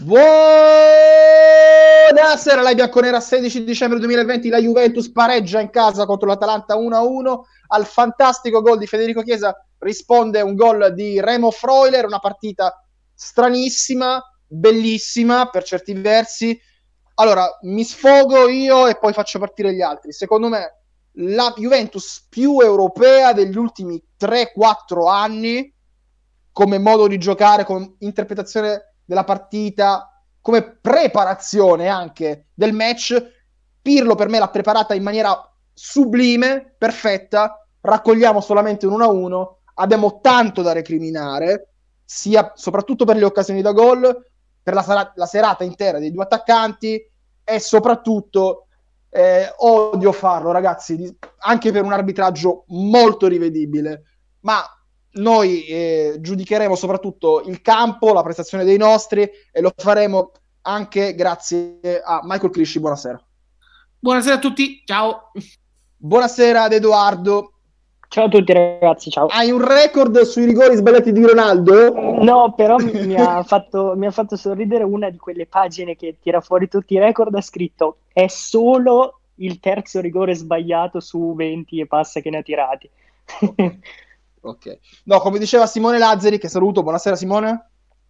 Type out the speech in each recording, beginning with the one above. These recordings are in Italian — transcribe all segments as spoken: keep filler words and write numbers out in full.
Buonasera, la bianconera. Sedici dicembre duemilaventi, la Juventus pareggia in casa contro l'Atalanta uno a uno. Al fantastico gol di Federico Chiesa risponde un gol di Remo Freuler, una partita stranissima, bellissima per certi versi. Allora, mi sfogo io e poi faccio partire gli altri. Secondo me la Juventus più europea degli ultimi tre quattro anni, come modo di giocare, come interpretazione della partita, come preparazione anche del match. Pirlo per me l'ha preparata in maniera sublime, perfetta. Raccogliamo solamente un uno a uno, abbiamo tanto da recriminare, sia soprattutto per le occasioni da gol, per la, sera- la serata intera dei due attaccanti, e soprattutto eh, odio farlo, ragazzi, anche per un arbitraggio molto rivedibile, ma noi eh, giudicheremo soprattutto il campo, la prestazione dei nostri, e lo faremo anche grazie a Michael Crisci. Buonasera. Buonasera a tutti, ciao. Buonasera ad Edoardo. Ciao a tutti ragazzi, ciao. Hai un record sui rigori sbagliati di Ronaldo? No, però mi ha fatto, mi ha fatto sorridere una di quelle pagine che tira fuori tutti i record. Ha scritto: è solo il terzo rigore sbagliato su venti e passa che ne ha tirati. Ok. Ok. No, come diceva Simone Lazzari, che saluto. Buonasera Simone.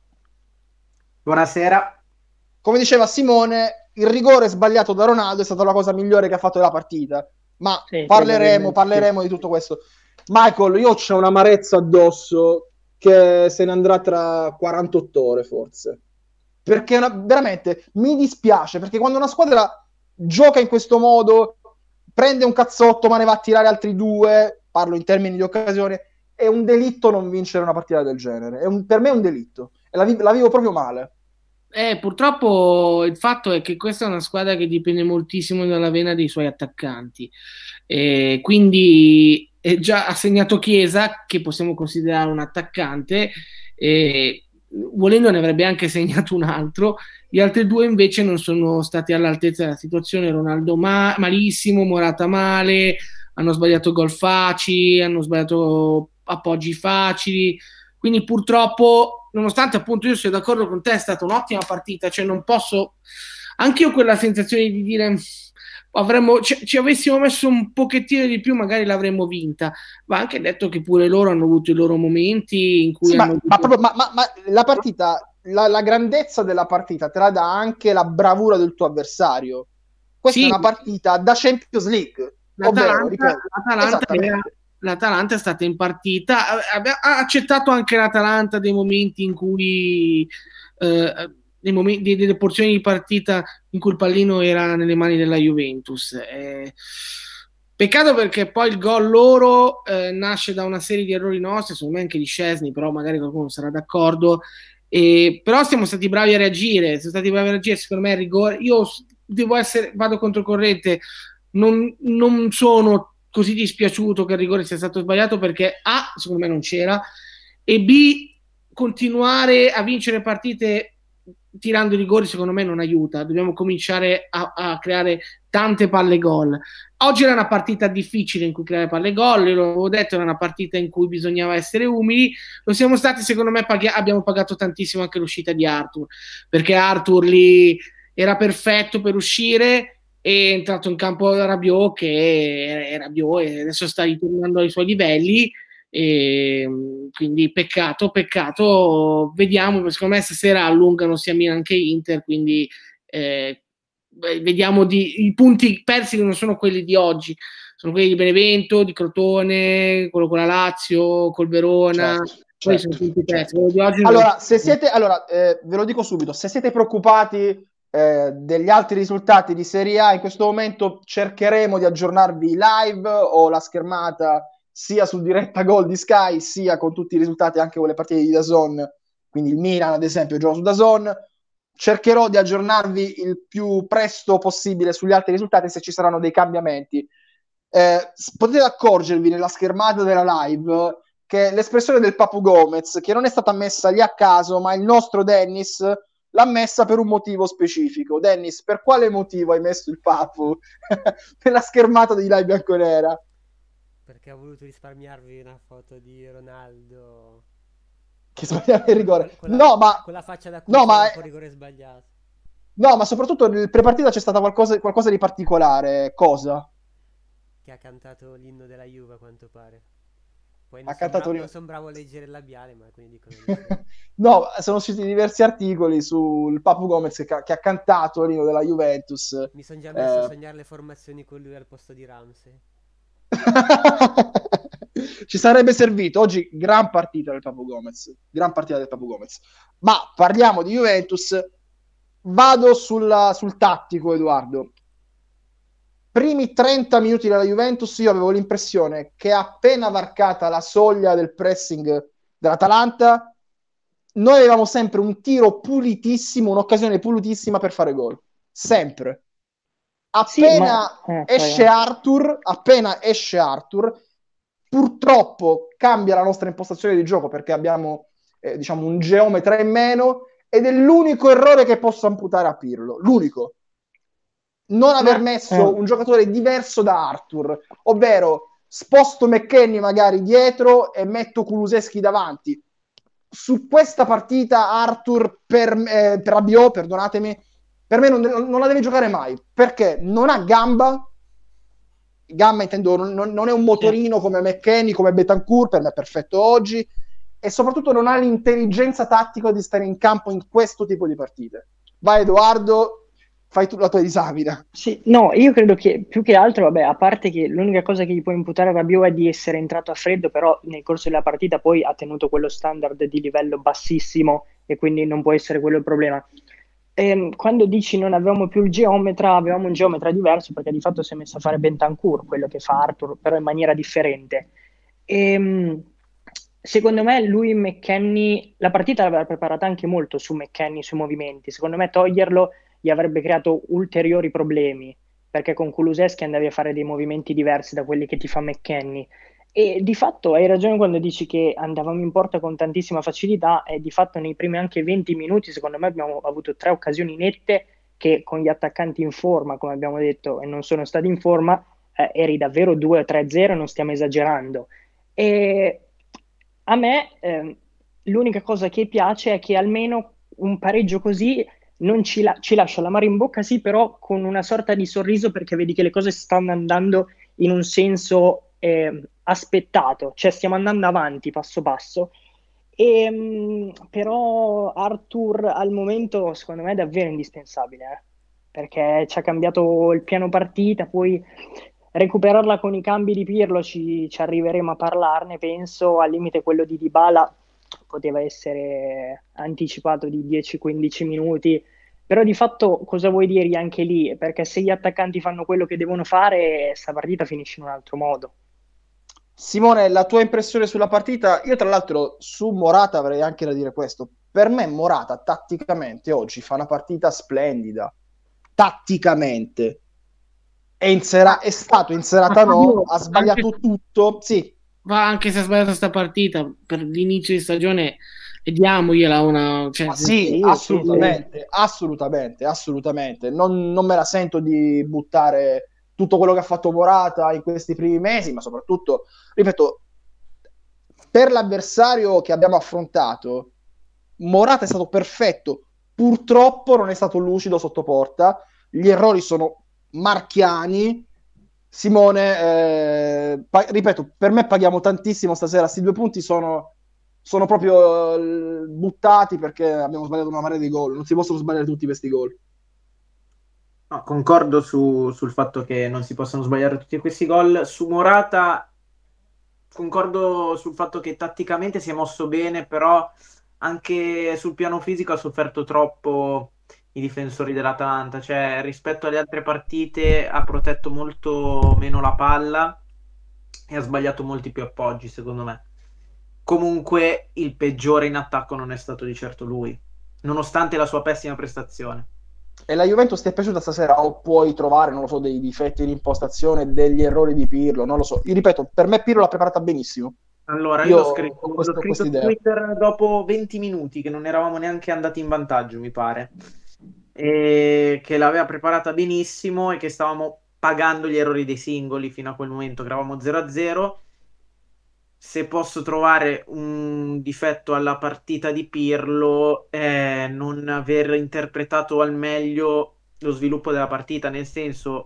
Buonasera. Come diceva Simone, il rigore sbagliato da Ronaldo è stata la cosa migliore che ha fatto della partita. Ma Sì, parleremo, parleremo sì. di tutto questo. Michael, io ho un'amarezza addosso che se ne andrà tra quarantotto ore forse. Perché una, veramente mi dispiace, perché quando una squadra gioca in questo modo, prende un cazzotto ma ne va a tirare altri due, parlo in termini di occasione, è un delitto non vincere una partita del genere. È un, per me è un delitto. E la, la vivo proprio male. Eh, purtroppo il fatto è che questa è una squadra che dipende moltissimo dalla vena dei suoi attaccanti. Eh, quindi eh, già ha segnato Chiesa, che possiamo considerare un attaccante, e volendo ne avrebbe anche segnato un altro. Gli altri due invece non sono stati all'altezza della situazione. Ronaldo ma- malissimo, Morata male, hanno sbagliato gol facili, hanno sbagliato appoggi facili. Quindi purtroppo, nonostante appunto io sia d'accordo con te, è stata un'ottima partita, cioè non posso, anche io ho quella sensazione di dire avremmo, ci, ci avessimo messo un pochettino di più magari l'avremmo vinta, va anche detto che pure loro hanno avuto i loro momenti in cui Sì, hanno ma, ma, avuto... proprio, ma, ma, ma la partita, la, la grandezza della partita te la dà anche la bravura del tuo avversario. Questa è Sì, una partita da Champions League, ovvero, l'Atalanta, ripeto, l'Atalanta, era, esattamente. l'Atalanta è stata in partita, ha, ha accettato anche l'Atalanta dei momenti in cui, eh, dei momenti, delle porzioni di partita in cui il pallino era nelle mani della Juventus. Eh, peccato perché poi il gol loro eh, nasce da una serie di errori nostri, secondo me anche di Szczesny, però magari qualcuno sarà d'accordo. E, però siamo stati bravi a reagire, siamo stati bravi a reagire, secondo me il rigore, io devo essere, vado controcorrente, non, non sono così dispiaciuto che il rigore sia stato sbagliato perché A, secondo me non c'era, e B, continuare a vincere partite tirando i rigori secondo me non aiuta, dobbiamo cominciare a, a creare tante palle gol. Oggi era una partita difficile in cui creare palle gol, io l'avevo detto, era una partita in cui bisognava essere umili, lo siamo stati, secondo me paghi- abbiamo pagato tantissimo anche l'uscita di Arthur, perché Arthur lì era perfetto per uscire, è entrato in campo Rabiot che è Rabiot e adesso sta ritornando ai suoi livelli, e quindi peccato, peccato, vediamo, secondo me stasera allungano sia Milan che Inter, quindi eh, vediamo di, i punti persi che non sono quelli di oggi, sono quelli di Benevento, di Crotone, quello con la Lazio, col Verona, Certo, quelli sono certo, punti persi, certo. quello di oggi non Allora, se siete, allora eh, ve lo dico subito, se siete preoccupati eh, degli altri risultati di Serie A, in questo momento cercheremo di aggiornarvi live o la schermata sia sul diretta gol di Sky, sia con tutti i risultati anche con le partite di DAZN, quindi il Milan ad esempio gioca su DAZN. Cercherò di aggiornarvi il più presto possibile sugli altri risultati se ci saranno dei cambiamenti. Eh, potete accorgervi nella schermata della live che l'espressione del Papu Gomez, che non è stata messa lì a caso, ma il nostro Dennis l'ha messa per un motivo specifico. Dennis, per quale motivo hai messo il Papu nella schermata di live bianconera? Perché ho voluto risparmiarvi una foto di Ronaldo che sbagliava il rigore. Con la, No, ma con la faccia da no, ma un rigore sbagliato. No, ma soprattutto nel prepartita c'è stata qualcosa, qualcosa di particolare. Cosa? Che ha cantato l'inno della Juve, a quanto pare. Poi non Ha sono cantato bravo, lì. non son bravo a leggere il labiale, ma quindi dicono di sì. No, sono usciti diversi articoli sul Papu Gomez che, ha- che ha cantato l'inno della Juventus. Mi sono già messo a Eh, sognare le formazioni con lui al posto di Ramsey. Ci sarebbe servito oggi gran partita del Papu Gomez, gran partita del Papu Gomez. Ma parliamo di Juventus. Vado sulla- sul tattico, Edoardo. Primi trenta minuti della Juventus, io avevo l'impressione che appena varcata la soglia del pressing dell'Atalanta, noi avevamo sempre un tiro pulitissimo, un'occasione pulitissima per fare gol. Sempre. Sì, Appena ma eh, esce Arthur, appena esce Arthur, purtroppo cambia la nostra impostazione di gioco perché abbiamo eh, diciamo un geometra in meno ed è l'unico errore che posso amputare a Pirlo, l'unico. Non aver ma messo eh, un giocatore diverso da Arthur, ovvero sposto McKennie magari dietro e metto Kulusevski davanti. Su questa partita Arthur per, eh, per Rabiot, perdonatemi, per me non, non la deve giocare mai perché non ha gamba. Gamba intendo, non, non è un motorino come McKennie, come Betancourt, per me è perfetto oggi, e soprattutto non ha l'intelligenza tattica di stare in campo in questo tipo di partite. Vai Edoardo, fai tu la tua disamina. Sì, no, io credo che più che altro, vabbè, a parte che l'unica cosa che gli può imputare a Rabiot è di essere entrato a freddo, però nel corso della partita poi ha tenuto quello standard di livello bassissimo e quindi non può essere quello il problema. Ehm, quando dici non avevamo più il geometra, avevamo un geometra diverso perché di fatto si è messo a fare Bentancur, quello che fa Arthur, però in maniera differente. Ehm, Secondo me lui McKennie, la partita l'aveva preparata anche molto su McKennie, sui movimenti. Secondo me toglierlo gli avrebbe creato ulteriori problemi, perché con Kulusevski andavi a fare dei movimenti diversi da quelli che ti fa McKennie. E di fatto hai ragione quando dici che andavamo in porta con tantissima facilità e di fatto nei primi anche venti minuti secondo me abbiamo avuto tre occasioni nette che con gli attaccanti in forma, come abbiamo detto, e non sono stati in forma, eh, eri davvero due o tre zero, non stiamo esagerando. E a me ehm, l'unica cosa che piace è che almeno un pareggio così non ci, la- ci lascia l'amaro in bocca, sì, però con una sorta di sorriso perché vedi che le cose stanno andando in un senso eh, aspettato, cioè stiamo andando avanti passo passo. E, mh, però Arthur al momento secondo me è davvero indispensabile, eh, perché ci ha cambiato il piano partita, poi recuperarla con i cambi di Pirlo ci, ci arriveremo a parlarne, penso, al limite quello di Dybala poteva essere anticipato di dieci quindici minuti, però di fatto cosa vuoi dirgli anche lì? Perché se gli attaccanti fanno quello che devono fare, sta partita finisce in un altro modo. Simone, la tua impressione sulla partita? Io tra l'altro su Morata avrei anche da dire questo. Per me Morata tatticamente oggi fa una partita splendida. Tatticamente. È, insera- è stato inserata no, ha sbagliato anche, tutto. Sì, va anche se ha sbagliato questa partita per l'inizio di stagione e diamogliela una, cioè, ma sì, Sì, sì, sì. assolutamente, assolutamente, assolutamente. Non, non me la sento di buttare tutto quello che ha fatto Morata in questi primi mesi, ma soprattutto, ripeto, per l'avversario che abbiamo affrontato, Morata è stato perfetto. Purtroppo non è stato lucido sotto porta. Gli errori sono marchiani. Simone, eh, pa- ripeto, per me paghiamo tantissimo stasera. Questi due punti sono, sono proprio eh, buttati perché abbiamo sbagliato una marea di gol. Non si possono sbagliare tutti questi gol. No, concordo su- sul fatto che non si possano sbagliare tutti questi gol. Su Morata concordo sul fatto che tatticamente si è mosso bene, però anche sul piano fisico ha sofferto troppo i difensori dell'Atalanta. Cioè, rispetto alle altre partite ha protetto molto meno la palla e ha sbagliato molti più appoggi, secondo me. Comunque, il peggiore in attacco non è stato di certo lui, nonostante la sua pessima prestazione. E la Juventus ti è piaciuta stasera o puoi trovare, non lo so, dei difetti di impostazione, degli errori di Pirlo, non lo so. Io ripeto, per me Pirlo l'ha preparata benissimo. Allora, io Io l'ho ho scritto, l'ho questa scritto su idea. Twitter dopo venti minuti, che non eravamo neanche andati in vantaggio, mi pare, e che l'aveva preparata benissimo e che stavamo pagando gli errori dei singoli fino a quel momento, che eravamo zero a zero. se posso trovare un difetto alla partita di Pirlo è non aver interpretato al meglio lo sviluppo della partita, nel senso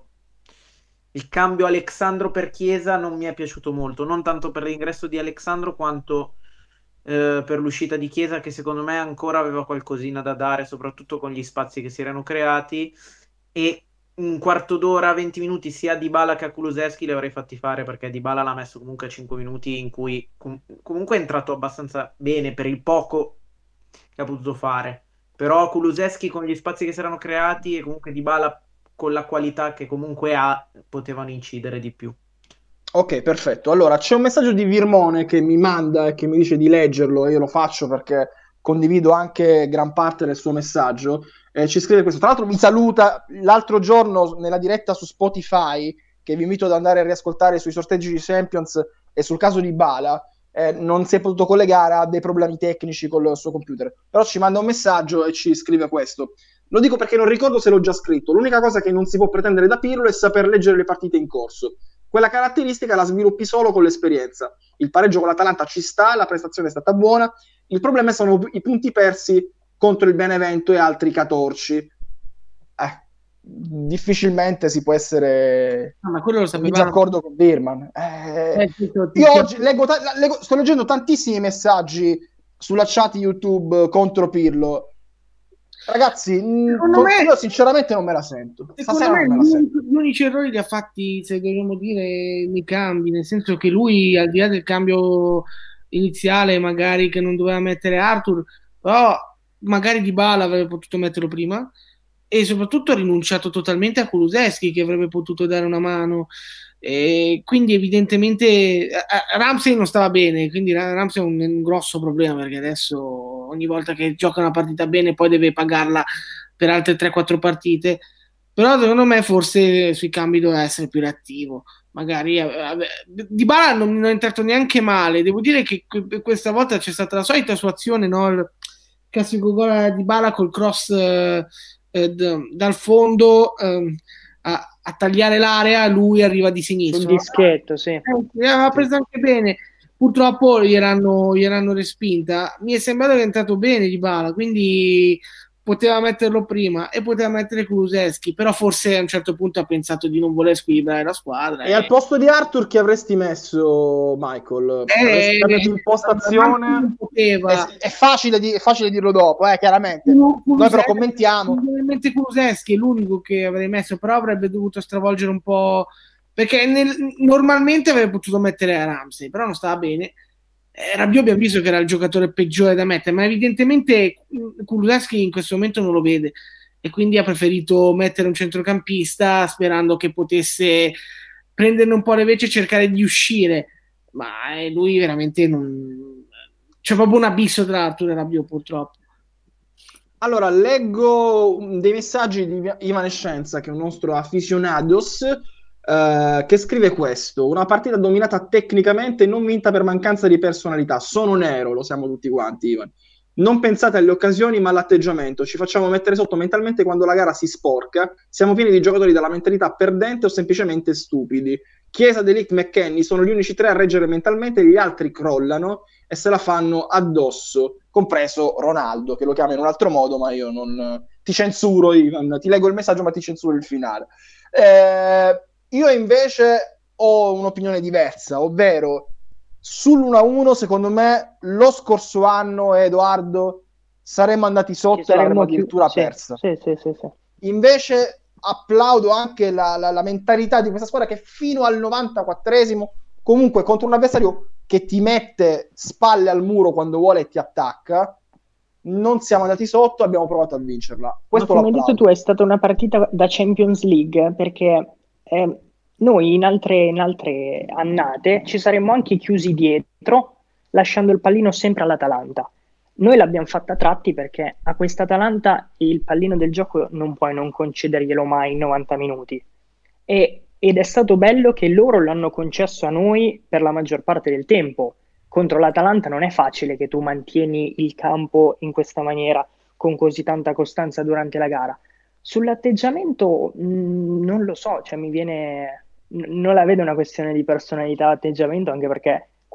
il cambio Alexandro per Chiesa non mi è piaciuto molto, non tanto per l'ingresso di Alexandro quanto eh, per l'uscita di Chiesa, che secondo me ancora aveva qualcosina da dare, soprattutto con gli spazi che si erano creati, e un quarto d'ora, venti minuti sia a Dybala che a Kulusevski li avrei fatti fare, perché Dybala l'ha messo comunque a cinque minuti in cui com- comunque è entrato abbastanza bene per il poco che ha potuto fare, però Kulusevski con gli spazi che si erano creati e comunque Dybala con la qualità che comunque ha potevano incidere di più. Ok, perfetto. Allora, c'è un messaggio di Virmone che mi manda e che mi dice di leggerlo e io lo faccio perché condivido anche gran parte del suo messaggio. Eh, ci scrive questo. Tra l'altro mi saluta l'altro giorno nella diretta su Spotify, che vi invito ad andare a riascoltare sui sorteggi di Champions e sul caso di Bala. Eh, non si è potuto collegare, ha dei problemi tecnici col suo computer. Però ci manda un messaggio e ci scrive questo. Lo dico perché non ricordo se l'ho già scritto. L'unica cosa che non si può pretendere da Pirlo è saper leggere le partite in corso. Quella caratteristica la sviluppi solo con l'esperienza. Il pareggio con l'Atalanta ci sta, la prestazione è stata buona. Il problema sono i punti persi contro il Benevento e altri catorci. Eh, difficilmente si può essere Ah, ma quello lo in sapevamo. disaccordo con Birman. Eh, Eh, sì, sì, io sì. oggi leggo, ta- leggo- sto leggendo tantissimi messaggi sulla chat YouTube contro Pirlo. Ragazzi, mh, Secondo con- me- io sinceramente non me la sento. Secondo Stasera me non me la gli, sento. gli unici errori li ha fatti, se dobbiamo dire, nei cambi, nel senso che lui, al di là del cambio iniziale, magari che non doveva mettere Arthur, però magari Dybala avrebbe potuto metterlo prima, e soprattutto ha rinunciato totalmente a Kulusevski, che avrebbe potuto dare una mano. E quindi evidentemente eh, Ramsey non stava bene, quindi Ramsey è un, un grosso problema, perché adesso ogni volta che gioca una partita bene poi deve pagarla per altre tre quattro partite. Però secondo me forse sui cambi doveva essere più reattivo. Magari eh, Dybala non, non è entrato neanche male. Devo dire che que- questa volta c'è stata la solita sua azione, no? Il classico gol a Dybala col cross eh, eh, d- dal fondo eh, a, a tagliare l'area, lui arriva di Sul sinistra. dischetto, sì. Eh, aveva preso anche bene. Purtroppo gli erano, gli erano respinta. Mi è sembrato che è entrato bene Dybala, quindi poteva metterlo prima e poteva mettere Kulusevski, però forse a un certo punto ha pensato di non voler squilibrare la squadra. E al posto di Arthur chi avresti messo, Michael? Avresti Eh, cambiato impostazione? non poteva. È, è facile di- è facile dirlo dopo, eh, chiaramente. Kulusevski- Noi però commentiamo. Probabilmente Kulusevski è l'unico che avrei messo, però avrebbe dovuto stravolgere un po', perché nel- normalmente avrebbe potuto mettere Ramsey, però non stava bene. Eh, Rabiot abbiamo visto che era il giocatore peggiore da mettere, ma evidentemente mh, Kulusevski in questo momento non lo vede e quindi ha preferito mettere un centrocampista sperando che potesse prenderne un po' le veci e cercare di uscire, ma eh, lui veramente non... c'è proprio un abisso tra Arthur e Rabiot, purtroppo. Allora, leggo dei messaggi di Ivan Scienza, che è un nostro aficionados, eh, che scrive questo: una partita dominata tecnicamente, non vinta per mancanza di personalità. Sono nero, lo siamo tutti quanti, Ivan. Non pensate alle occasioni, ma all'atteggiamento. Ci facciamo mettere sotto mentalmente quando la gara si sporca. Siamo pieni di giocatori dalla mentalità perdente o semplicemente stupidi. Chiesa, De Ligt, McKennie sono gli unici tre a reggere mentalmente, gli altri crollano e se la fanno addosso, compreso Ronaldo, che lo chiama in un altro modo, ma io non ti censuro, Ivan, ti leggo il messaggio, ma ti censuro il finale. Eh, io invece ho un'opinione diversa, ovvero sull'uno a uno, secondo me, lo scorso anno, Edoardo, saremmo andati sotto e l'avremmo addirittura sì, persa. Sì, sì, sì, sì. Invece applaudo anche la, la, la mentalità di questa squadra che fino al novantaquattresimo, comunque contro un avversario che ti mette spalle al muro quando vuole e ti attacca, non siamo andati sotto, abbiamo provato a vincerla. Questo Ma come hai detto tu, è stata una partita da Champions League, perché eh, noi in altre, in altre annate ci saremmo anche chiusi dietro, lasciando il pallino sempre all'Atalanta. Noi l'abbiamo fatta a tratti perché a questa Atalanta il pallino del gioco non puoi non concederglielo mai in novanta minuti. E, ed è stato bello che loro l'hanno concesso a noi per la maggior parte del tempo. Contro l'Atalanta non è facile che tu mantieni il campo in questa maniera con così tanta costanza durante la gara. Sull'atteggiamento mh, non lo so, cioè mi viene... n- non la vedo una questione di personalità, atteggiamento, anche perché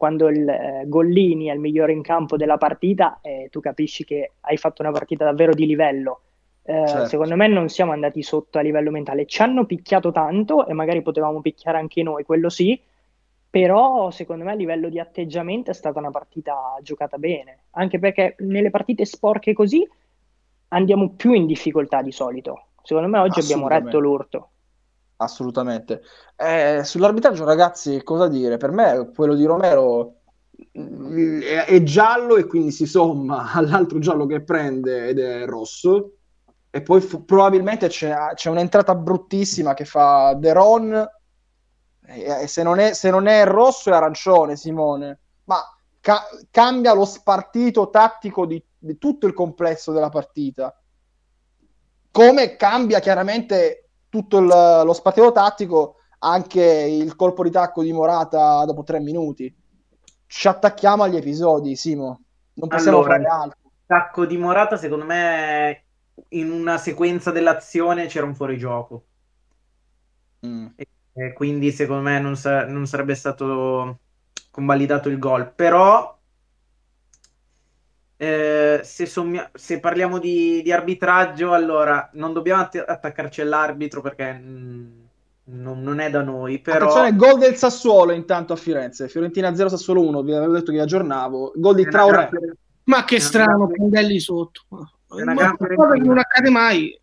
quando il eh, Gollini è il migliore in campo della partita, eh, tu capisci che hai fatto una partita davvero di livello. Eh, Certo. Secondo me non siamo andati sotto a livello mentale, ci hanno picchiato tanto e magari potevamo picchiare anche noi, quello sì, però secondo me a livello di atteggiamento è stata una partita giocata bene, anche perché nelle partite sporche così andiamo più in difficoltà di solito. Secondo me oggi abbiamo Assolutamente. retto l'urto. Assolutamente. Eh, sull'arbitraggio, ragazzi, cosa dire? Per me quello di Romero mm, è, è giallo e quindi si somma all'altro giallo che prende ed è rosso. E poi fu- probabilmente c'è, c'è un'entrata bruttissima che fa De Ron. E, e se non è, se non è rosso è arancione, Simone. Ma ca- cambia lo spartito tattico di, di tutto il complesso della partita. Come cambia chiaramente tutto il- lo spartito tattico anche il colpo di tacco di Morata dopo tre minuti. Ci attacchiamo agli episodi, Simo. Non possiamo Allora, fare altro. il tacco di Morata, secondo me, in una sequenza dell'azione c'era un fuorigioco. Mm. E, e quindi, secondo me, non, sa- non sarebbe stato convalidato il gol. Però, eh, se, sommia- se parliamo di, di arbitraggio, allora, non dobbiamo att- attaccarci all'arbitro perché mm, non, non è da noi. Però, Attenzione, gol del Sassuolo intanto a Firenze. Fiorentina zero, Sassuolo uno. Vi avevo detto che vi aggiornavo. Gol di è una Traoré. gran- Ma che è una strano, gran- Prandelli sotto. è una Ma gran cosa che Fiorentina. non accade mai.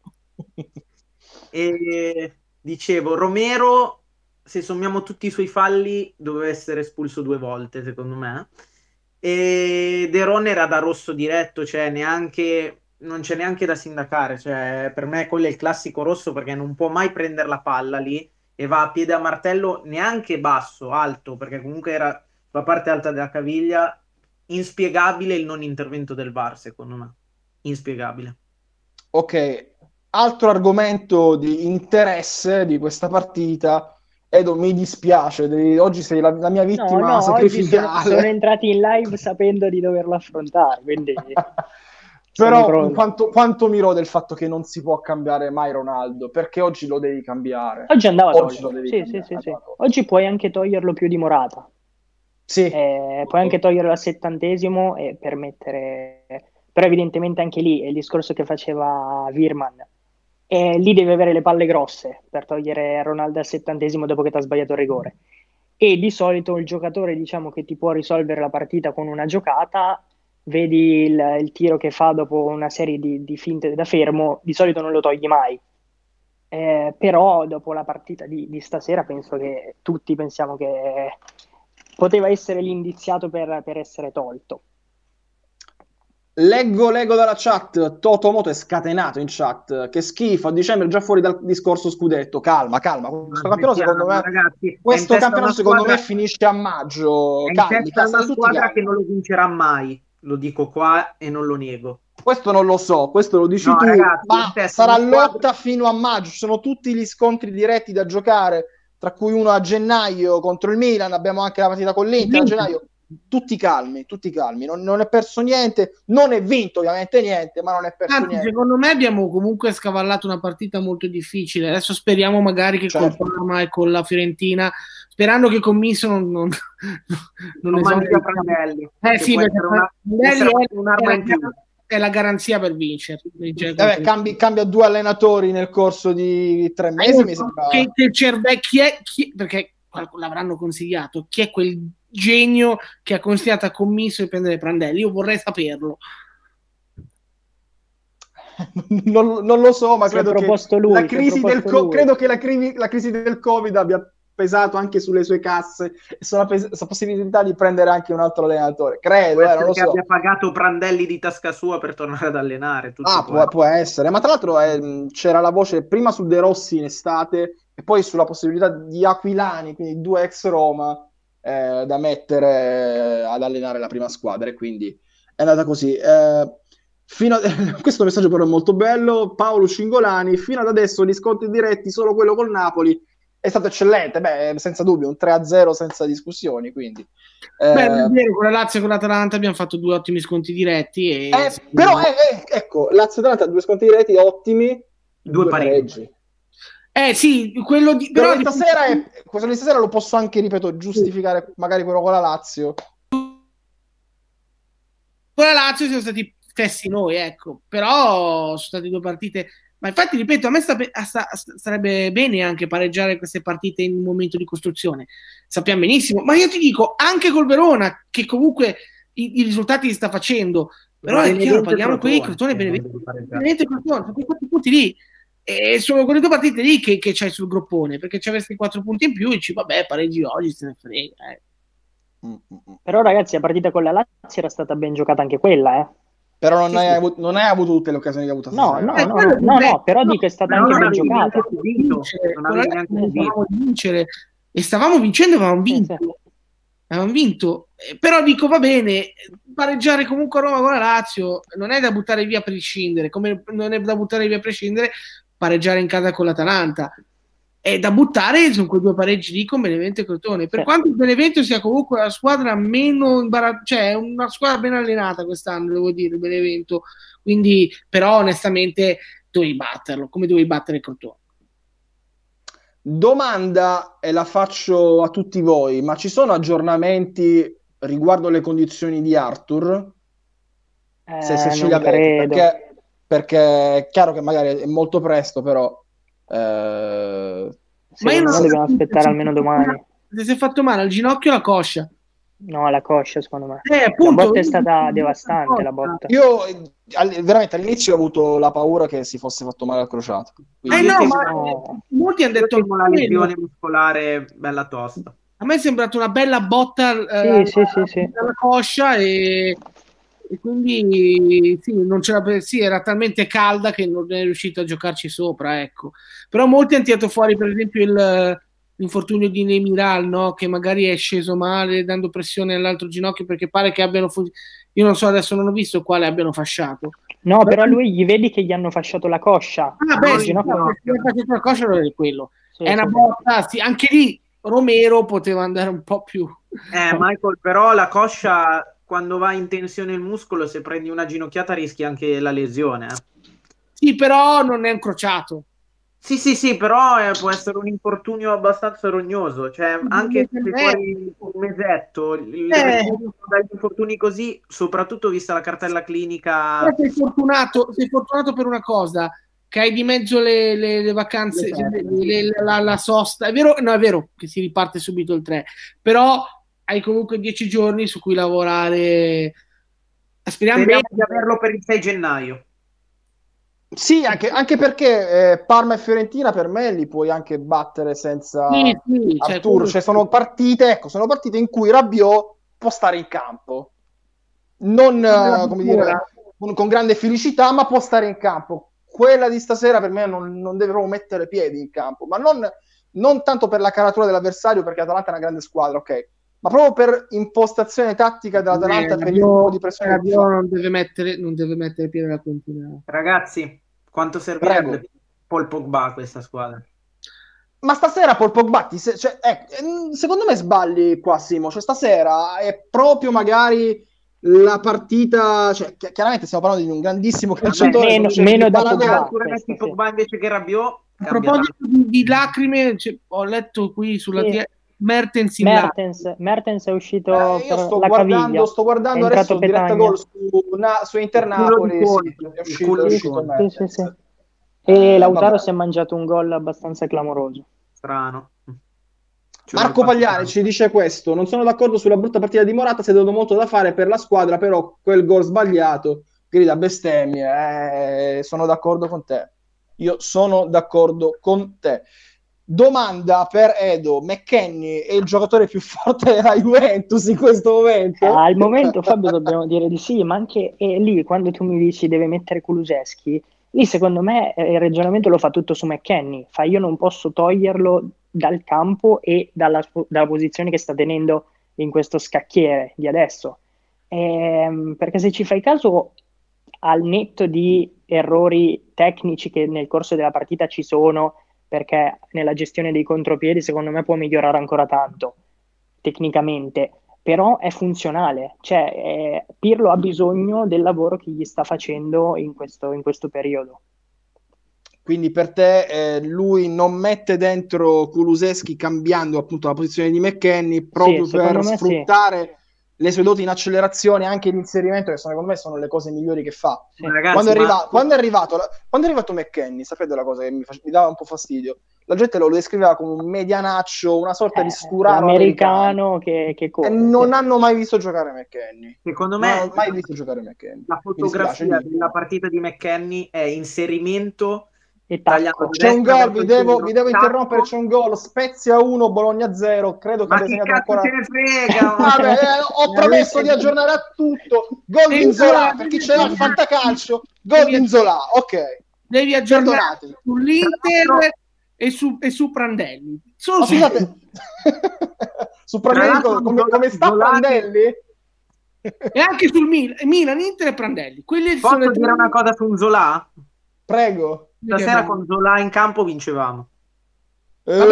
E dicevo, Romero, se sommiamo tutti i suoi falli, doveva essere espulso due volte, secondo me. E De Ron era da rosso diretto, cioè neanche, non c'è neanche da sindacare. Cioè, per me quello è il classico rosso perché non può mai prendere la palla lì e va a piede a martello, neanche basso, alto, perché comunque era la parte alta della caviglia. Inspiegabile il non intervento del V A R, secondo me. Inspiegabile. Ok, altro argomento di interesse di questa partita. Edo, mi dispiace, devi- oggi sei la, la mia No, vittima no, oggi sono, sacrificale. sono entrati in live sapendo di doverlo affrontare, quindi sono Però pronto. quanto, quanto mi rode il fatto che non si può cambiare mai Ronaldo, perché oggi lo devi cambiare. Oggi andava Oggi tolto. lo devi Sì, sì, cambiare. sì, sì. andava tolto. Oggi puoi anche toglierlo più di Morata. Sì. Eh, puoi anche toglierlo al settantesimo e permettere, però evidentemente anche lì è il discorso che faceva Wirman. E lì devi avere le palle grosse per togliere Ronaldo al settantesimo dopo che ti ha sbagliato il rigore. E di solito il giocatore, diciamo, che ti può risolvere la partita con una giocata, vedi il, il tiro che fa dopo una serie di, di finte da fermo, di solito non lo togli mai. Eh, però dopo la partita di, di stasera penso che tutti pensiamo che poteva essere l'indiziato per, per essere tolto. Leggo, leggo dalla chat, Toto Moto è scatenato in chat, che schifo, a dicembre è già fuori dal discorso scudetto, calma, calma, questo campionato secondo me, ragazzi, questo è in testa campionato una secondo squadra- me finisce a maggio, È in calmi, testa state una tutti squadra calmi. che non lo vincerà mai, lo dico qua e non lo nego. Questo non lo so, questo lo dici No, tu, ragazzi, ma in testa sarà una squadra- lotta fino a maggio, ci sono tutti gli scontri diretti da giocare, tra cui uno a gennaio contro il Milan, abbiamo anche la partita con l'Inter a gennaio, tutti calmi, tutti calmi, non, non è perso niente, non è vinto ovviamente niente, ma non è perso Anzi, niente. secondo me abbiamo comunque scavallato una partita molto difficile. Adesso speriamo magari che Certo. con Parma e con la Fiorentina, sperando che con Misso non, non, non Non mandi esoneri- via Prandelli, Eh che sì, può perché essere una- Prandelli può essere è, un'arma è in più. la, è la garanzia per vincere. vincere Vabbè, contro- cambi, cambia due allenatori nel corso di tre mesi, mi sembra. che, che cerve- chi è, chi- perché qualcuno l'avranno consigliato, chi è quel genio che ha consigliato a Commisso di prendere Prandelli? Io vorrei saperlo. non, non lo so, ma Si è credo che proposto lui, la si è crisi del proposto co- lui. credo che la, crisi, la crisi del Covid abbia pesato anche sulle sue casse e sulla, pes- sulla possibilità di prendere anche un altro allenatore. Credo, Può eh, non essere lo che so. abbia pagato Prandelli di tasca sua per tornare ad allenare. tutto Ah, può può, può essere, ma tra l'altro eh, c'era la voce prima su De Rossi in estate e poi sulla possibilità di Aquilani, quindi due ex Roma, eh, da mettere ad allenare la prima squadra, e quindi è andata così. Eh, fino a... Questo messaggio però è molto bello. Paolo Cingolani, fino ad adesso gli scontri diretti, solo quello col Napoli, è stato eccellente, beh, senza dubbio, un tre a zero senza discussioni, quindi... eh, Beh, è vero, con la Lazio e con l'Atalanta abbiamo fatto due ottimi sconti diretti. E eh, però, eh, eh, ecco, Lazio e Atalanta, due sconti diretti ottimi, Due pareggi. Eh sì, quello di, Però però di stasera, è, quello di stasera lo posso anche, ripeto, giustificare magari quello con la Lazio, con la Lazio siamo stati stessi noi, ecco, però sono state due partite, ma infatti ripeto, a me sta, sta, sarebbe bene anche pareggiare queste partite in un momento di costruzione, sappiamo benissimo, ma io ti dico, anche col Verona, che comunque i, i risultati li sta facendo, però è chiaro, paghiamo qui Crotone, Benevento, Benevento e Crotone, sono quei quattro punti lì, e sono quelle due partite lì che, che c'hai sul groppone, perché ci avresti quattro punti in più e dici, vabbè, pareggi oggi, se ne frega, eh. Però ragazzi, la partita con la Lazio era stata ben giocata anche quella, eh. Però non, Sì, hai sì. avuto, non hai avuto tutte le occasioni che hai avuto No, stasera. no, no, no, no, no, però dico è stata Però anche non ben avevi giocata. neanche vinto, non avevi neanche vinto. Stavamo vincere e stavamo vincendo, avevamo Sì, vinto. sì. Avevamo vinto, Eh, però dico va bene, pareggiare comunque a Roma con la Lazio non è da buttare via a prescindere, come non è da buttare via a prescindere pareggiare in casa con l'Atalanta. È da buttare, sono quei due pareggi lì con Benevento e Crotone. Per Sì. quanto il Benevento sia comunque la squadra meno imbarazzata, cioè una squadra ben allenata quest'anno, devo dire, il Benevento. Quindi, però, onestamente, dovevi batterlo, come dovevi battere il Crotone. Domanda, e la faccio a tutti voi, ma ci sono aggiornamenti riguardo le condizioni di Arthur? Eh, Se, se ce li non avete, credo. perché, perché è chiaro che magari è molto presto, però eh, Ma io Secondo non me so dobbiamo se- aspettare se- almeno domani. Se si è fatto male al ginocchio o alla coscia. No, la coscia, secondo me. Eh, La appunto, botta è io- stata devastante, la botta. io eh, al- veramente all'inizio ho avuto la paura che si fosse fatto male al crociato. Eh Quindi- no, Io ma temo- molti hanno Io detto temo la quello. lesione muscolare bella tosta. A me è sembrata una bella botta eh, Sì, alla, sì, sì, sì. alla coscia e, e quindi sì, non c'era, sì, era talmente calda che non è riuscito a giocarci sopra, ecco. Però molti hanno tirato fuori per esempio il, l'infortunio di Nemiral, no? Che magari è sceso male dando pressione all'altro ginocchio perché pare che abbiano fu- io non so, adesso non ho visto quale abbiano fasciato. No, però lui gli vedi che gli hanno fasciato la coscia. Ah, Il beh, sì, ginocchio- no, se è fatto una coscia non è quello. Sì, È una sì, sì. botta, sì, anche lì Romero poteva andare un po' più. Eh, Michael, però la coscia, quando va in tensione il muscolo, se prendi una ginocchiata rischi anche la lesione. eh. Sì, però non è incrociato. Sì, sì, sì, però eh, può essere un infortunio abbastanza rognoso. Cioè, anche se sei fuori un mesetto, il- Eh. dagli infortuni così, soprattutto vista la cartella clinica. Però sei fortunato, sei fortunato per una cosa, che hai di mezzo le, le- le vacanze, Le feste, le- le- la, la sosta. È vero, no, è vero che si riparte subito il tre, però hai comunque dieci giorni su cui lavorare. Speriamo bene. Speriamo di averlo per il sei gennaio. Sì, anche, anche perché eh, Parma e Fiorentina per me li puoi anche battere senza Sì, sì, cioè, Arturo. quello- Cioè, sono partite, ecco, sono partite in cui Rabiot può stare in campo. Non eh, come dire, con, con grande felicità, ma può stare in campo. Quella di stasera per me non, non deve proprio mettere piedi in campo, ma non, non tanto per la caratura dell'avversario, perché l'Atalanta è una grande squadra, ok, ma proprio per impostazione tattica dell'Atalanta, Eh, per il tipo di Rabiot- pressione che Rabiot fa. non deve mettere, non deve mettere piede alla continuità. Ragazzi, quanto servirebbe Prego. Paul Pogba a questa squadra? Ma stasera Paul Pogba, ti se- cioè, eh, ehm, secondo me sbagli qua, Simo. Cioè, stasera è proprio magari la partita. Cioè, chi- chiaramente stiamo parlando di un grandissimo calciatore. meno- non c'è meno più da paragone. Pogba. Addirittura metti questo sì. Pogba invece che Rabiot, A cambia proposito di, di lacrime, cioè, ho letto qui sulla Sì. T- Mertens in là. Mertens, Mertens è uscito Eh, io per sto la guardando, caviglia. sto guardando È adesso entrato il diretta Petagna. gol su, na- su Inter Il culo di Napoli. Sì, Conte, è il uscito, culo è di uscito Conte. Mertens. Sì, sì, sì. E Eh, Lautaro vabbè. si è mangiato un gol abbastanza clamoroso. Strano. Ce Marco l'ho fatto Pagliari tanto. ci dice questo: non sono d'accordo sulla brutta partita di Morata, si è dato molto da fare per la squadra, però quel gol sbagliato grida bestemmie. Eh, sono d'accordo con te, io sono d'accordo con te. Domanda per Edo: McKennie è il giocatore più forte della Juventus in questo momento? Eh, al momento, Fabio, dobbiamo dire di sì, ma anche eh, lì, quando tu mi dici deve mettere Kulusevski, lì secondo me eh, il ragionamento lo fa tutto su McKennie. Fa io non posso toglierlo dal campo e dalla, dalla posizione che sta tenendo in questo scacchiere di adesso. Ehm, perché se ci fai caso, al netto di errori tecnici che nel corso della partita ci sono, perché nella gestione dei contropiedi secondo me può migliorare ancora tanto tecnicamente, però è funzionale, cioè eh, Pirlo ha bisogno del lavoro che gli sta facendo in questo, in questo periodo. Quindi per te eh, lui non mette dentro Kulusevski cambiando appunto la posizione di McKennie proprio Sì, secondo per me sì. sfruttare le sue doti in accelerazione, anche l'inserimento, che secondo me sono le cose migliori che fa. Sì. Ragazzi, quando, è ma... arriva- quando è arrivato la- quando è arrivato McKennie, sapete la cosa che mi, face- mi dava un po' fastidio? La gente lo descriveva come un medianaccio, una sorta Eh, di sturaro americano che, che e corre. non hanno mai visto giocare McKennie. Secondo Non me hanno mai visto giocare McKennie. la Mi dispiace fotografia dirlo. della partita di McKennie è inserimento E tagliando tacco. da C'è un destra gol, verso vi il devo, centro, vi devo tacco. interrompere, c'è un gol, Spezia uno, Bologna zero, credo che Ma abbia che segnato cazzo ancora... te ne frega? Vabbè, eh, ho promesso di aggiornare a tutto. Gol di Inzola, per chi ce l'ha il fantacalcio, gol di Inzola, ok. Devi aggiornare Perdonatemi. sull'Inter e su, e su Prandelli. Solo Ma su- scusate, su Prandelli, Tra l'altro, come, come sta Zolani- Prandelli? e anche sul Milan, Milan, Inter e Prandelli. Quelli sono Posso le dire tre- una cosa su un Zola? Prego. Stasera con Zola in campo vincevamo. Vabbè,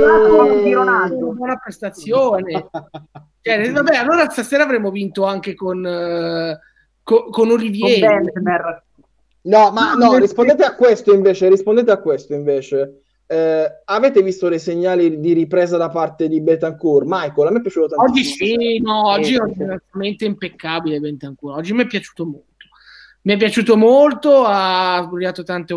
Eh, di Ronaldo. una buona prestazione. Cioè, vabbè, allora stasera avremmo vinto anche con, eh, co- con Con Olivieri. Bentner. No, ma no, rispondete a questo invece, rispondete a questo invece. Eh, avete visto dei segnali di ripresa da parte di Betancourt? Michael, a me è piaciuto Oggi tantissimo. sì, no, oggi Sì, è sì, sì. veramente impeccabile Bentancur. Oggi mi è piaciuto molto. Mi è piaciuto molto, ha sbagliato tante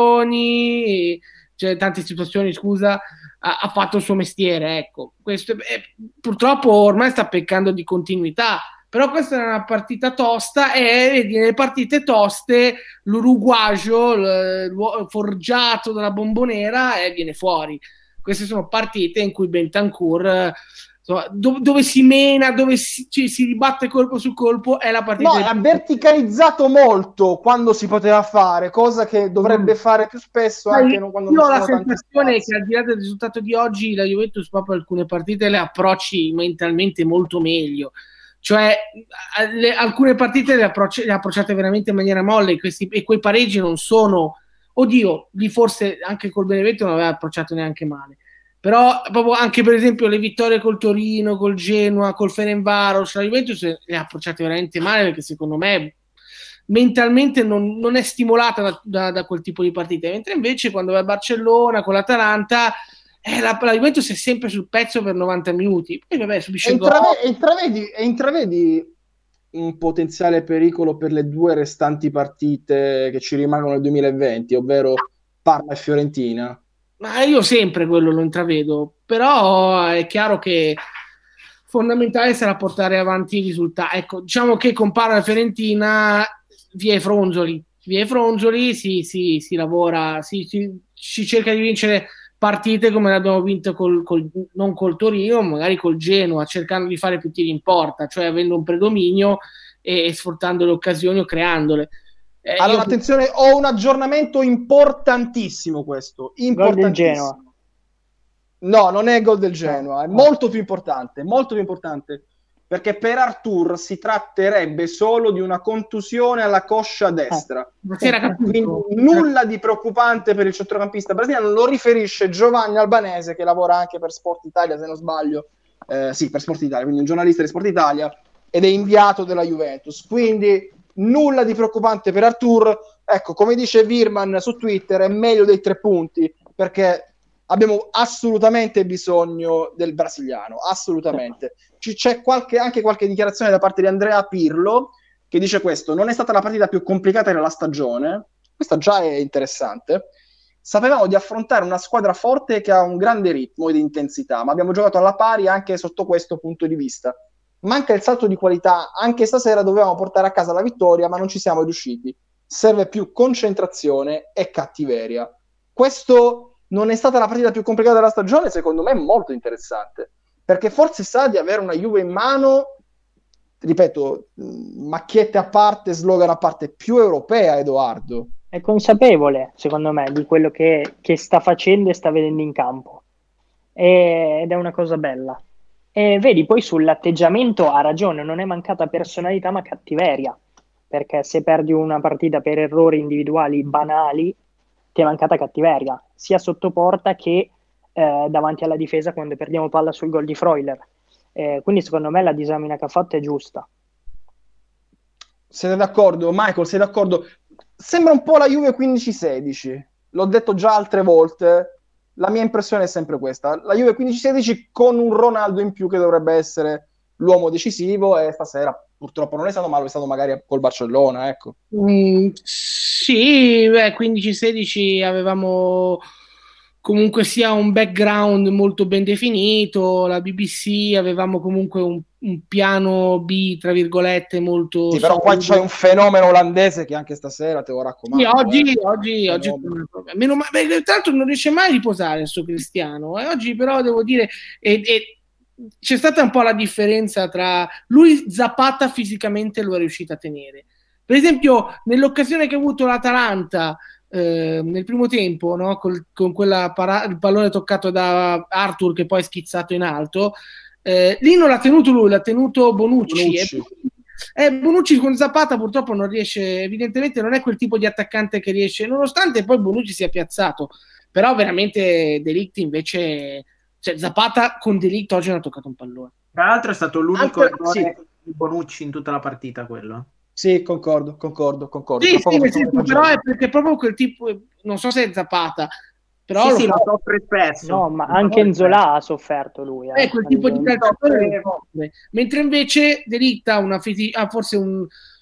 occasioni, cioè tante situazioni, scusa, ha, ha fatto il suo mestiere, ecco. Questo è- è- purtroppo ormai sta peccando di continuità, però questa è una partita tosta e vedi, nelle partite toste l'uruguagio, l- l'uo- forgiato dalla bombonera, e viene fuori. Queste sono partite in cui Bentancur, eh, insomma, do- dove si mena, dove si, ci- si ribatte colpo su colpo, è la partita. No, di- ha verticalizzato molto quando si poteva fare, cosa che dovrebbe Mm. fare più spesso Sai, anche non- quando io non ho ci la sono tanti sensazione spazi. che al di là del risultato di oggi la Juventus proprio alcune partite le approcci mentalmente molto meglio, cioè a- le- alcune partite le, approcci- le ha approcciate veramente in maniera molle e, questi, e quei pareggi non sono, oddio, lì forse anche col Benevento non aveva approcciato neanche male, però proprio anche per esempio le vittorie col Torino, col Genoa, col Ferencváros, la Juventus le ha approcciate veramente male perché secondo me mentalmente non, non è stimolata da, da- da quel tipo di partite, mentre invece quando va a Barcellona con l'Atalanta eh, la, la Juventus è sempre sul pezzo per novanta minuti, poi vabbè subisce E il gol. intrave- e intravedi, e intravedi un potenziale pericolo per le due restanti partite che ci rimangono nel duemilaventi, ovvero Parma e Fiorentina? Ma io sempre quello lo intravedo, però è chiaro che fondamentale sarà portare avanti i risultati. Ecco, diciamo che con Parma e Fiorentina via i fronzoli, via i fronzoli si, si, si lavora, si, si, si cerca di vincere partite come l'abbiamo vinto col, col, non col Torino, magari col Genoa, cercando di fare più tiri in porta, cioè avendo un predominio e, e sfruttando le occasioni o creandole. Eh, Allora, io- attenzione, ho un aggiornamento importantissimo questo, Gol del importantissimo. Genoa. No, non è gol del Genoa, è No. molto più importante, molto più importante, perché per Artur si tratterebbe solo di una contusione alla coscia destra. non si era Quindi capito. nulla di preoccupante per il centrocampista brasiliano, lo riferisce Giovanni Albanese, che lavora anche per Sport Italia, se non sbaglio. Eh, sì, per Sport Italia, quindi un giornalista di Sport Italia ed è inviato della Juventus. Quindi nulla di preoccupante per Artur. Ecco, come dice Virman su Twitter, è meglio dei tre punti, perché abbiamo assolutamente bisogno del brasiliano, assolutamente. Ci- c'è qualche, anche qualche dichiarazione da parte di Andrea Pirlo che dice questo: non è stata la partita più complicata della stagione, questa già è interessante. Sapevamo di affrontare una squadra forte che ha un grande ritmo ed intensità, ma abbiamo giocato alla pari anche sotto questo punto di vista. Manca il salto di qualità, anche stasera dovevamo portare a casa la vittoria, ma non ci siamo riusciti. Serve più concentrazione e cattiveria. Questo non è stata la partita più complicata della stagione, secondo me è molto interessante, perché forse sa di avere una Juve in mano, ripeto, mh, macchiette a parte, slogan a parte, più europea, Edoardo. È consapevole, secondo me, di quello che, che sta facendo e sta vedendo in campo. E- ed è una cosa bella. E vedi, poi sull'atteggiamento ha ragione, non è mancata personalità ma cattiveria, perché se perdi una partita per errori individuali banali, ti è mancata cattiveria, sia sotto porta che eh, davanti alla difesa quando perdiamo palla sul gol di Freuler. Eh, quindi secondo me la disamina che ha fatto è giusta. Siete d'accordo? Michael, sei d'accordo? Sembra un po' la Juve quindici sedici, l'ho detto già altre volte, la mia impressione è sempre questa, la Juve quindici sedici con un Ronaldo in più che dovrebbe essere l'uomo decisivo, e stasera purtroppo non è stato, ma lo è stato magari col Barcellona, ecco. Mm, sì, beh, quindici sedici avevamo comunque sia un background molto ben definito, la B B C avevamo comunque un, un piano B, tra virgolette, molto sì, però qua solido. c'è un fenomeno olandese che anche stasera te lo raccomando. Sì, oggi, eh. oggi, oggi meno ma- beh, tra l'altro non riesce mai a riposare il suo Cristiano, e oggi però devo dire e, e c'è stata un po' la differenza tra lui, Zapata fisicamente lo è riuscito a tenere. Per esempio, nell'occasione che ha avuto l'Atalanta eh, nel primo tempo, no? Col, con quella para- il pallone toccato da Arthur che poi è schizzato in alto, eh, lì non l'ha tenuto lui, l'ha tenuto Bonucci. Bonucci. E, eh, Bonucci con Zapata purtroppo non riesce, evidentemente non è quel tipo di attaccante che riesce, nonostante poi Bonucci sia piazzato, però veramente De Ligt invece, cioè Zapata con De Ligt oggi non ha toccato un pallone. Tra l'altro è stato l'unico Anche- errore sì. di Bonucci in tutta la partita, quello. Sì, concordo, concordo, concordo. Sì, Tra poco sì, facciamo sì, le però pagelle. è perché proprio quel tipo, non so se è Zapata, però sì, lo sì, fa. lo soffre spesso. No, ma Lo anche soffre Nzola ha sofferto lui. È Eh, quel tipo di all'esempio. calciatore lo soffre. Mentre invece De Ligt ha, una fisi- ha forse un,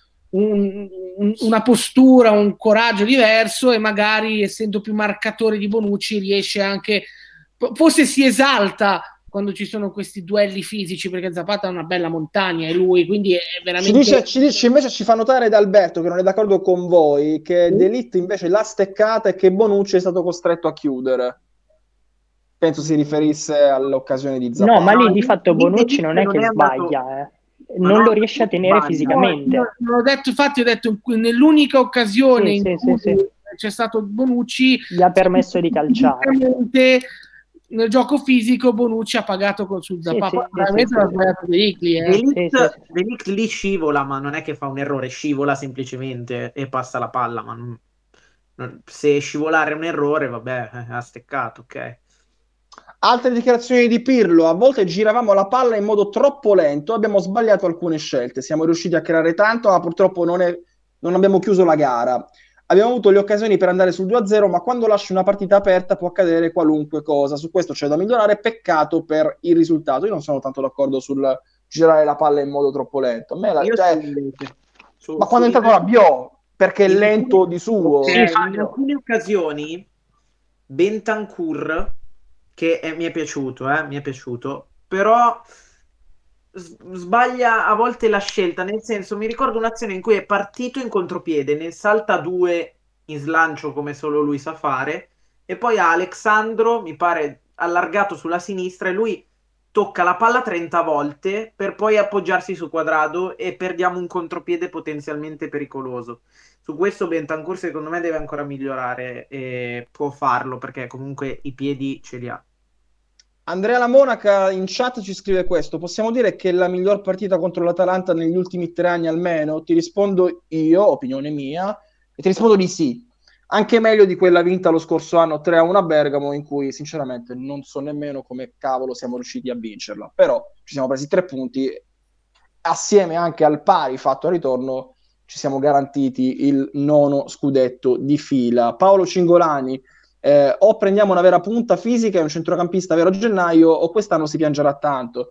un- un- una postura, un coraggio diverso, e magari essendo più marcatore di Bonucci riesce anche, forse si esalta quando ci sono questi duelli fisici, perché Zapata è una bella montagna e lui, quindi è Ci veramente... dice, ci dice- invece ci fa notare da Alberto, che non è d'accordo con voi, che Sì. De Ligt invece l'ha steccata e che Bonucci è stato costretto a chiudere. Penso si riferisse all'occasione di Zapata. No, ma lì di No, fatto lì De Bonucci Ligt non è non che è andato- sbaglia, eh. Ma non no, lo riesce a tenere sbaglia. fisicamente. No, non ho detto, infatti ho detto nell'unica occasione Sì, in sì, cui sì, sì. c'è stato Bonucci, Gli ha permesso di calciare. fisicamente, nel gioco fisico Bonucci ha pagato con sul Sì, Zapata. sì, Veramente sì, l'ha sì. sbagliato De Ligt lì, eh. De Ligt, Sì, sì, sì. De Ligt lì scivola, ma non è che fa un errore, scivola semplicemente e passa la palla. Ma non- non- se scivolare è un errore, vabbè, eh, ha steccato, ok. Altre dichiarazioni di Pirlo: a volte giravamo la palla in modo troppo lento, abbiamo sbagliato alcune scelte, siamo riusciti a creare tanto, ma purtroppo non, è, non abbiamo chiuso la gara. Abbiamo avuto le occasioni per andare sul due a zero, ma quando lasci una partita aperta può accadere qualunque cosa. Su questo c'è da migliorare, peccato per il risultato. Io non sono tanto d'accordo sul girare la palla in modo troppo lento. A me la- Io cioè, sono invece. Su- ma quando è su- entrato Rabiot, perché è in lento alcune- di suo. ok, Sì, in Fabio. alcune occasioni Bentancur, che è- mi è piaciuto, eh, mi è piaciuto, però s- sbaglia a volte la scelta, nel senso, mi ricordo un'azione in cui è partito in contropiede, ne salta due in slancio come solo lui sa fare, e poi ha Alexandro, mi pare, allargato sulla sinistra, e lui tocca la palla trenta volte per poi appoggiarsi su Quadrado e perdiamo un contropiede potenzialmente pericoloso. Su questo Bentancur secondo me deve ancora migliorare e può farlo perché comunque i piedi ce li ha. Andrea La Monaca in chat ci scrive questo: possiamo dire che è la miglior partita contro l'Atalanta negli ultimi tre anni almeno? Ti rispondo io, opinione mia, e ti rispondo di sì. Anche meglio di quella vinta lo scorso anno tre a uno a Bergamo, in cui sinceramente non so nemmeno come cavolo siamo riusciti a vincerla, però ci siamo presi tre punti, assieme anche al pari fatto al ritorno ci siamo garantiti il nono scudetto di fila. Paolo Cingolani: Eh, o prendiamo una vera punta fisica e un centrocampista vero a gennaio, o quest'anno si piangerà tanto.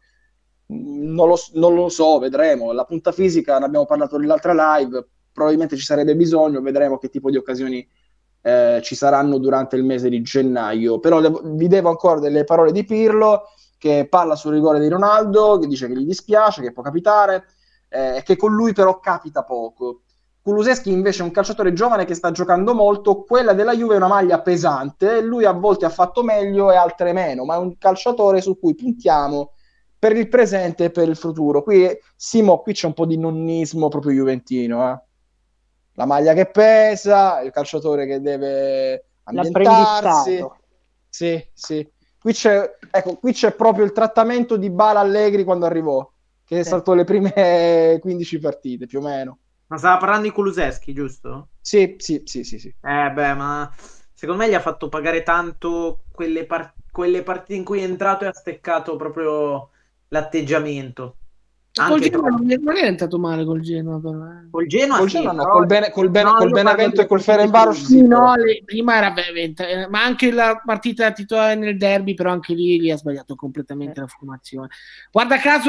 Non lo, non lo so, vedremo. La punta fisica, ne abbiamo parlato nell'altra live, probabilmente ci sarebbe bisogno, vedremo che tipo di occasioni eh, ci saranno durante il mese di gennaio. Però devo, vi devo ancora delle parole di Pirlo, che parla sul rigore di Ronaldo, che dice che gli dispiace, che può capitare, eh, che con lui però capita poco. Kulusevski invece è un calciatore giovane che sta giocando molto, quella della Juve è una maglia pesante, lui a volte ha fatto meglio e altre meno, ma è un calciatore su cui puntiamo per il presente e per il futuro. Qui, Simo, qui c'è un po' di nonnismo proprio juventino, eh? La maglia che pesa, il calciatore che deve ambientarsi. L'apprendistato. Sì, sì. Qui c'è, ecco, qui c'è proprio il trattamento di Bala Allegri quando arrivò, che Sì. saltò le prime quindici partite, più o meno. Ma stava parlando di Kulusevski, giusto? Sì, sì, sì, sì, sì. Eh beh, ma secondo me gli ha fatto pagare tanto quelle, par- quelle partite in cui è entrato e ha steccato proprio l'atteggiamento. Col Anche Genoa troppo. non è entrato male col Genoa, però, eh. Col Genoa Col sì, Genoa no, però- col, Bene- col, Bene- No, col io parlo Benevento delle e col partite Ferencváros prima. sì, Sì, però. no, le- prima era veramente, eh, ma anche la partita titolare nel derby, però anche lì, lì ha sbagliato completamente Eh. la formazione. Guarda caso,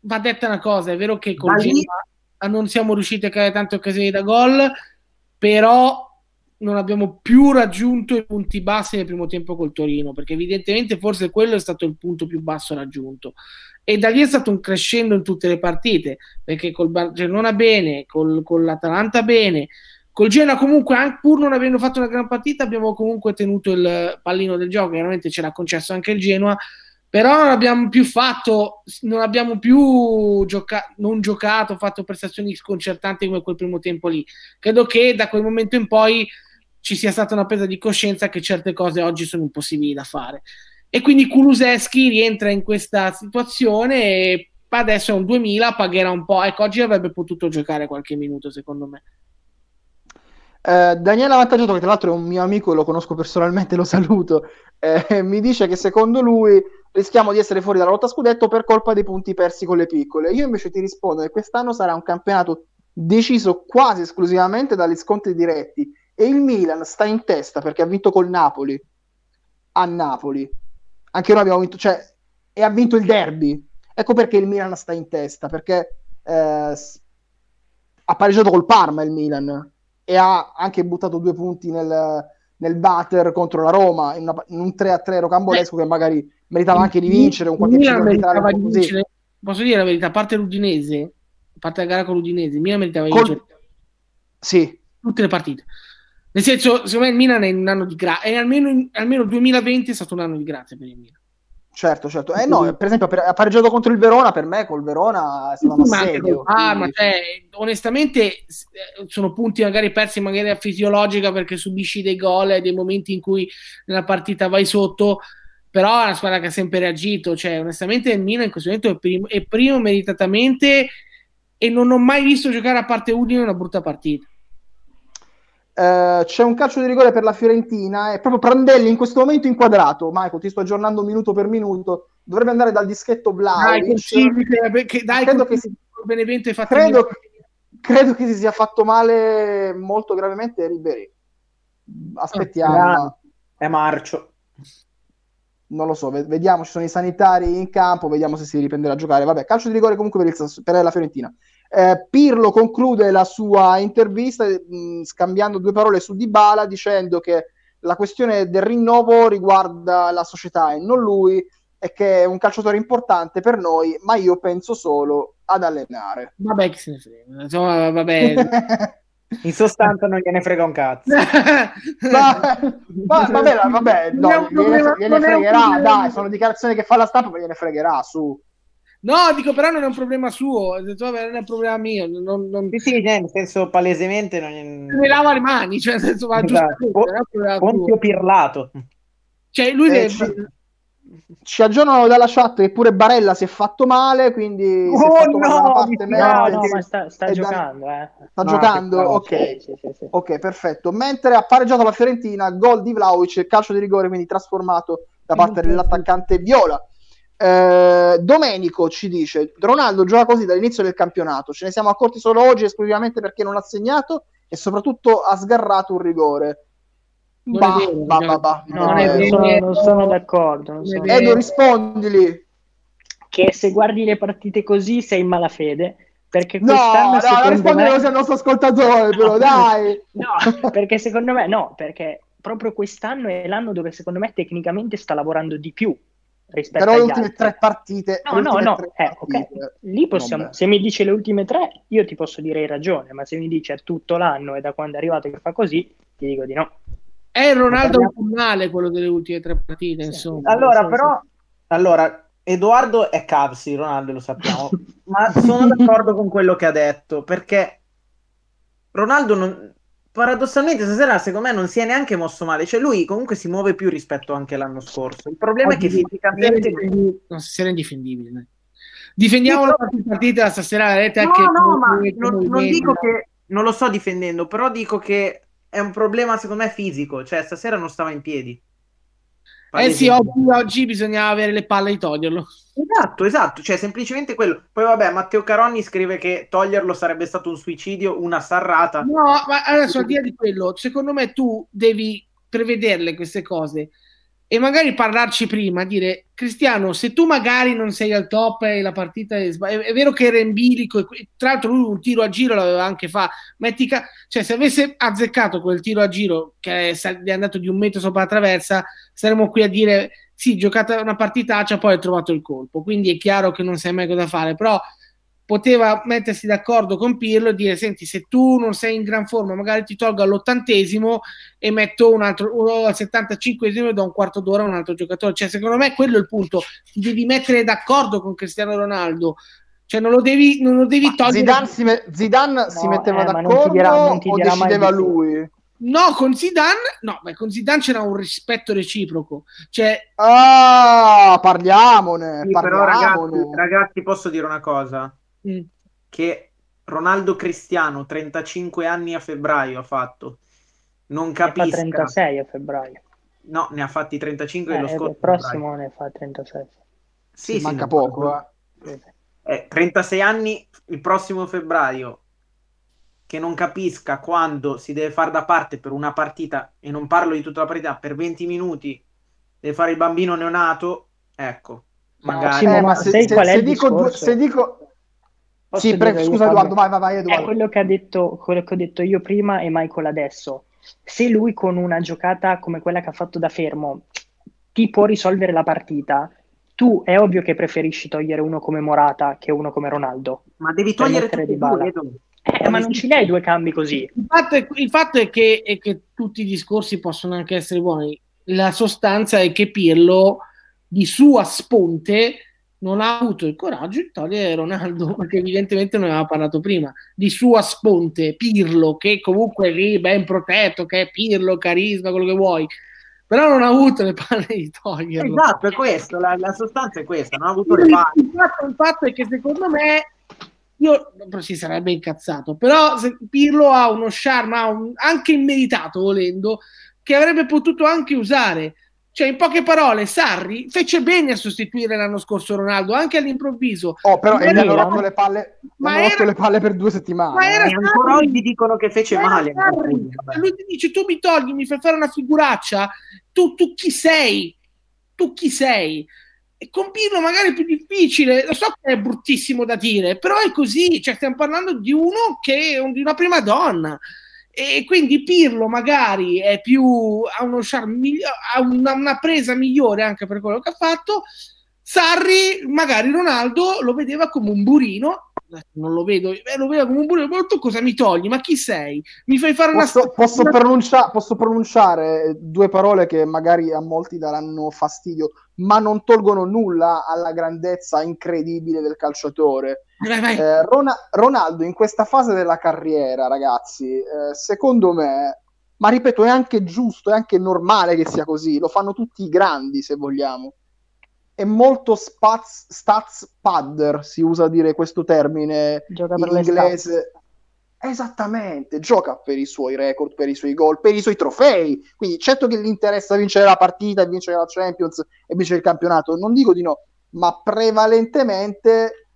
va detta una cosa, è vero che col Da lì- Genoa non siamo riusciti a creare tante occasioni da gol, però non abbiamo più raggiunto i punti bassi nel primo tempo col Torino, perché evidentemente forse quello è stato il punto più basso raggiunto, e da lì è stato un crescendo in tutte le partite, perché col Barcellona bene, col, con l'Atalanta bene, col Genoa comunque, anche pur non avendo fatto una gran partita, abbiamo comunque tenuto il pallino del gioco, chiaramente ce l'ha concesso anche il Genoa, però non abbiamo più fatto, non abbiamo più gioca- non giocato, fatto prestazioni sconcertanti come quel primo tempo lì. Credo che da quel momento in poi ci sia stata una presa di coscienza che certe cose oggi sono impossibili da fare. E quindi Kulusevski rientra in questa situazione e adesso è un duemila, pagherà un po'. Ecco, oggi avrebbe potuto giocare qualche minuto, secondo me. Eh, Daniele Avvantaggiato, che tra l'altro è un mio amico e lo conosco personalmente, lo saluto, eh, mi dice che secondo lui rischiamo di essere fuori dalla lotta a scudetto per colpa dei punti persi con le piccole. Io invece ti rispondo che quest'anno sarà un campionato deciso quasi esclusivamente dagli scontri diretti, e il Milan sta in testa perché ha vinto col Napoli a Napoli, anche noi abbiamo vinto, cioè, e ha vinto il derby. Ecco perché il Milan sta in testa, perché eh, ha pareggiato col Parma il Milan e ha anche buttato due punti nel, nel batter contro la Roma in, una, in un tre a tre rocambolesco, che magari meritava anche di vincere, un qualche Milan arbitrale meritava un po' di così. vincere. Posso dire la verità, a parte l'Udinese, a parte la gara con l'Udinese, il Milan meritava di Col- vincere Sì, tutte le partite. Nel senso, secondo me il Milan è un anno di grazia, e almeno, almeno il duemilaventi è stato un anno di grazia per il Milan. certo, certo. Eh no, per esempio, per, ha pareggiato contro il Verona, per me col Verona è stato un Ma anche assedio. col Parma, quindi- cioè, onestamente s- eh, sono punti magari persi magari a fisiologica perché subisci dei gol e dei momenti in cui nella partita vai sotto, però è una squadra che ha sempre reagito, cioè onestamente il Milan in questo momento è primo, è primo meritatamente, e non ho mai visto giocare a parte Udine una brutta partita. Eh, c'è un calcio di rigore per la Fiorentina, è proprio Prandelli in questo momento inquadrato. Michael, ti sto aggiornando minuto per minuto, dovrebbe andare dal dischetto Dai, Vlahovic. consigli che, che- dai, Credo consigli che si- che Benevento hai fatto credo, in- credo che si sia fatto male molto gravemente Ribéry. Aspettiamo, Ah, ma è marcio. non lo so, ve- vediamo, ci sono i sanitari in campo, vediamo se si riprenderà a giocare. Vabbè, calcio di rigore comunque per, il Sass- per la Fiorentina. Eh, Pirlo conclude la sua intervista mh, scambiando due parole su Dybala, dicendo che la questione del rinnovo riguarda la società e non lui, e che è un calciatore importante per noi, ma io penso solo ad allenare. Vabbè, chi se ne frega. Insomma, vabbè. In sostanza non gliene frega un cazzo. Ma, ma- vabbè, vabbè, Non è un no, gliene, problema- gliene non è un fregherà, problema. dai, sono dichiarazioni che fa la stampa, ma gliene fregherà, su. No, dico, però non è un problema suo, ho detto, vabbè, non è un problema mio, non, non, Sì, sì, nel senso palesemente non mi lava le mani, cioè nel senso, va Esatto. giustamente, non è un problema Ponzio suo. Pirlato. Cioè, lui Eh, deve- ci, ci aggiornano dalla chat che pure Barella si è fatto male, quindi si è Oh, fatto male da una no, parte mi No, Mertens no, Mertens ma sta, sta e da- giocando, eh. sta No, giocando, che ok. Sì, sì, sì, sì. Ok, perfetto. Mentre ha pareggiato la Fiorentina, gol di Vlahovic, calcio di rigore, quindi trasformato da parte dell'attaccante viola. Eh, Domenico ci dice: Ronaldo gioca così dall'inizio del campionato, ce ne siamo accorti solo oggi esclusivamente perché non ha segnato e soprattutto ha sgarrato un rigore. Non Bah, è vero, bah, cioè, bah, bah, No, non è non vero. sono, non sono d'accordo. Non Non è sono vero. Edo, rispondili. Che se guardi le partite così sei in malafede, perché No, quest'anno no, secondo rispondili me... così al nostro ascoltatore, però, dai. No, perché secondo me no, perché proprio quest'anno è l'anno dove secondo me tecnicamente sta lavorando di più rispetto Però le agli ultime altri. tre partite, No, le no, ultime no, tre eh, ok, partite. lì possiamo, Vabbè. se mi dice le ultime tre, io ti posso dire hai ragione, ma se mi dice è tutto l'anno e da quando è arrivato che fa così, ti dico di no. è il Ronaldo Ma parliamo- autunnale quello delle ultime tre partite, insomma. Allora, sì, però, allora, Edoardo è Cavsi, Ronaldo lo sappiamo, ma sono d'accordo con quello che ha detto, perché Ronaldo non- paradossalmente stasera secondo me non si è neanche mosso male, cioè lui comunque si muove più rispetto anche all'anno scorso. Il problema è che fisicamente... non si era indifendibile. dai. Difendiamo Sì, la però- partita stasera, vedete No, anche no, ma come- non, come non vedi, dico no? che non lo sto difendendo, però dico che è un problema secondo me fisico, cioè stasera non stava in piedi. Eh sì, Palesemente. oggi, oggi bisognava avere le palle di toglierlo. Esatto, esatto, cioè semplicemente quello. Poi vabbè, Matteo Caronni scrive che toglierlo sarebbe stato un suicidio, una sarrata. No, ma adesso al di là di quello, secondo me tu devi prevederle queste cose. e magari parlarci prima, dire Cristiano, se tu magari non sei al top e la partita è, sbag- è vero che era in bilico, e tra l'altro lui un tiro a giro l'aveva anche fatto, metti ca- cioè se avesse azzeccato quel tiro a giro che è, sal- è andato di un metro sopra la traversa, saremmo qui a dire sì, giocata una partitaccia, poi ha trovato il colpo, quindi è chiaro che non sai mai cosa fare, però poteva mettersi d'accordo con Pirlo e dire senti, se tu non sei in gran forma magari ti tolgo all'ottantesimo e metto un altro, uno al settantacinquesimo e do un quarto d'ora a un altro giocatore, cioè secondo me quello è il punto, ti devi mettere d'accordo con Cristiano Ronaldo, cioè non lo devi, non lo devi togliere. Zidane, si, me- Zidane No, si metteva eh, ma non ti d'accordo dirà- non ti o dirà mai decideva di più. lui? No, con Zidane, no, beh, con Zidane c'era un rispetto reciproco, cioè Ah, parliamone, Sì, però parliamone. ragazzi, ragazzi, posso dire una cosa? mh, Che Ronaldo Cristiano, trentacinque anni a febbraio ha fatto. Non Ne fa capisca. trentasei a febbraio. No, ne ha fatti trentacinque Eh, lo il scorso prossimo febbraio. ne fa trentasei. Sì, Sì, sì, manca no, poco, eh. Sì, sì. Eh, trentasei anni il prossimo febbraio. Che non capisca quando si deve fare da parte per una partita, e non parlo di tutta la partita, per venti minuti deve fare il bambino neonato, ecco, magari. Simo, Eh, ma ma se, sai se- qual è se il dico due, discorso? se dico... Posso Sì, prego, dirlo io, scusa Fabio? Edoardo, vai, vai, vai È Edoardo. quello che ha detto, quello che ho detto io prima e Michael adesso. Se lui con una giocata come quella che ha fatto da fermo ti può risolvere la partita, tu è ovvio che preferisci togliere uno come Morata che uno come Ronaldo. Ma devi Per togliere mettere tutti e Dybala. due, Edo. Eh, ma non ce li hai due cambi così. Il fatto, è, il fatto è che, è che tutti i discorsi possono anche essere buoni. La sostanza è che Pirlo, di sua sponte, non ha avuto il coraggio di togliere Ronaldo, perché evidentemente non aveva parlato prima. Di sua sponte, Pirlo, che comunque è lì ben protetto, che è Pirlo, carisma, quello che vuoi, però non ha avuto le palle di toglierlo. Esatto, è questo, la, la sostanza è questa, non ha avuto le Il, palle. il fatto, il fatto è che secondo me io però si sarebbe incazzato, però se Pirlo ha uno charme, ha un, anche immeritato volendo, che avrebbe potuto anche usare. Cioè, in poche parole, Sarri fece bene a sostituire l'anno scorso Ronaldo, anche all'improvviso. Oh, però Ma e gli hanno era- rotto le palle, gli ma hanno rotto era- le palle per due settimane. ma era eh. E ancora Sarri. oggi dicono che fece Ma era male. Sarri. Cioè, lui ti dice: tu mi togli, mi fai fare una figuraccia. Tu, tu chi sei? Tu chi sei? E con Pirlo magari è più difficile, lo so che è bruttissimo da dire, però è così, cioè stiamo parlando di uno che è di una prima donna e quindi Pirlo magari è più ha uno charme miglio- ha una, una presa migliore anche per quello che ha fatto. Sarri, magari Ronaldo lo vedeva come un burino, non lo vedo, eh, lo vedo come un burino, ma tu cosa mi togli? Ma chi sei? Mi fai fare una Posso, posso, una- pronuncia- posso pronunciare due parole che magari a molti daranno fastidio, ma non tolgono nulla alla grandezza incredibile del calciatore. Vai, vai. Eh, Rona- Ronaldo in questa fase della carriera, ragazzi, eh, secondo me, ma ripeto, è anche giusto, è anche normale che sia così, lo fanno tutti i grandi, se vogliamo. È molto spaz, stats padder, si usa dire questo termine Gioca in per le inglese. Esattamente, gioca per i suoi record, per i suoi gol, per i suoi trofei. Quindi certo che gli interessa vincere la partita e vincere la Champions e vincere il campionato, non dico di no, ma prevalentemente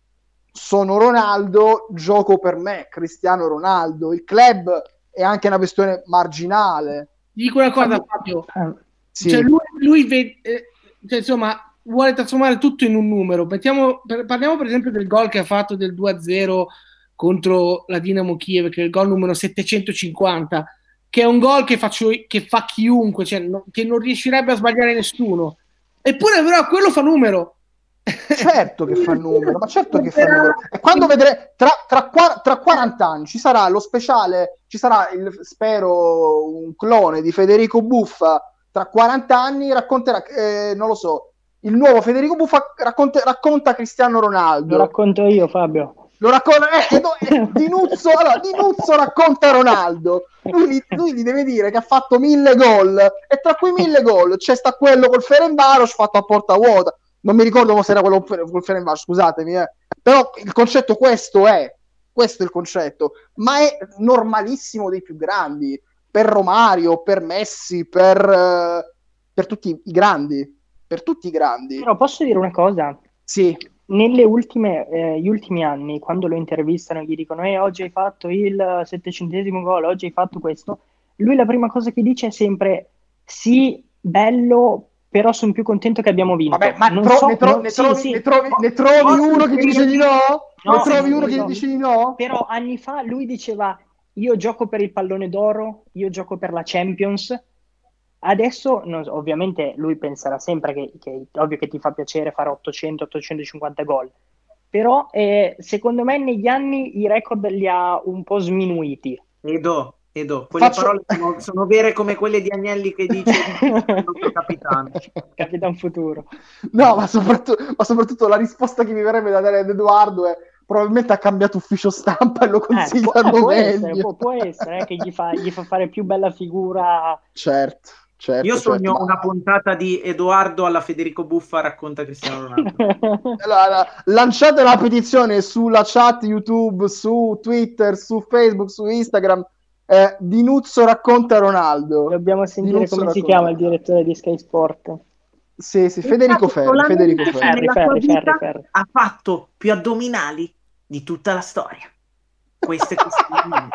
sono Ronaldo, gioco per me, Cristiano Ronaldo. Il club è anche una questione marginale. Ti dico una cosa, Fabio. Eh, Sì. Cioè lui, lui vede, eh, cioè, insomma, vuole trasformare tutto in un numero. Mettiamo, per- parliamo per esempio del gol che ha fatto del due a zero contro la Dinamo Kiev, che è il gol numero settecentocinquanta, che è un gol che, faccio, che fa chiunque, cioè, no- che non riuscirebbe a sbagliare nessuno. Eppure però quello fa numero. Certo che fa numero, ma certo che fa numero. E quando vedrete tra, tra, qua- tra quaranta anni ci sarà lo speciale, ci sarà il, spero un clone di Federico Buffa. Tra quaranta anni racconterà, eh, non lo so, il nuovo Federico Buffa racconta, racconta Cristiano lo Ronaldo. racconto io, Fabio. Lo racconta, eh, eh, no, eh, Dinuzzo, allora, Dinuzzo racconta Ronaldo. Lui, gli- lui gli deve dire che ha fatto mille gol e tra quei mille gol c'è sta quello col Ferencvaros fatto a porta vuota. Non mi ricordo se era quello col Ferencvaros, scusatemi, eh. Però il concetto questo è, questo è il concetto, ma è normalissimo dei più grandi, per Romario, per Messi, per, eh, per tutti i grandi, per tutti i grandi. Però posso dire una cosa? Sì, Nelle ultime, eh, gli ultimi anni, quando lo intervistano e gli dicono eh, oggi hai fatto il settecentesimo gol, oggi hai fatto questo, lui la prima cosa che dice è sempre sì, bello, però sono più contento che abbiamo vinto. Vabbè, ma non tro- so, ne, tro- non- ne sì, trovi, sì. ne trovi, ne trovi Posso uno che ti dice di no? No, Ne trovi no, uno che no. ti dice di no? Però anni fa lui diceva io gioco per il pallone d'oro, io gioco per la Champions. Adesso, non so, ovviamente, lui penserà sempre che, che ovvio che ti fa piacere fare ottocento ottocentocinquanta gol, però eh, secondo me negli anni i record li ha un po' sminuiti. Edo, Edo, quelle Faccio- parole sono, sono vere come quelle di Agnelli che dice il nostro capitano. Capitan Futuro. No, ma soprattutto, ma soprattutto la risposta che mi verrebbe da dare ad Edoardo è probabilmente ha cambiato ufficio stampa e lo Eh, può, consigliano eh, può meglio. essere, può, può essere eh, che gli fa, gli fa fare più bella figura. Certo, certo, Io sogno certo, ma- una puntata di Edoardo alla Federico Buffa racconta Cristiano Ronaldo. Allora, lanciate la petizione sulla chat YouTube, su Twitter, su Facebook, su Instagram. Eh, Dinuzzo racconta Ronaldo. Dobbiamo sentire Dinuzzo come si racconta chiama il Ronaldo. direttore di Sky Sport. Sì, sì, Federico Ferri, Federico Eh, Ferri. Ferri, Nella sua Ferri, vita Ferri, Ferri. ha fatto più addominali di tutta la storia. Questo è Cristiano.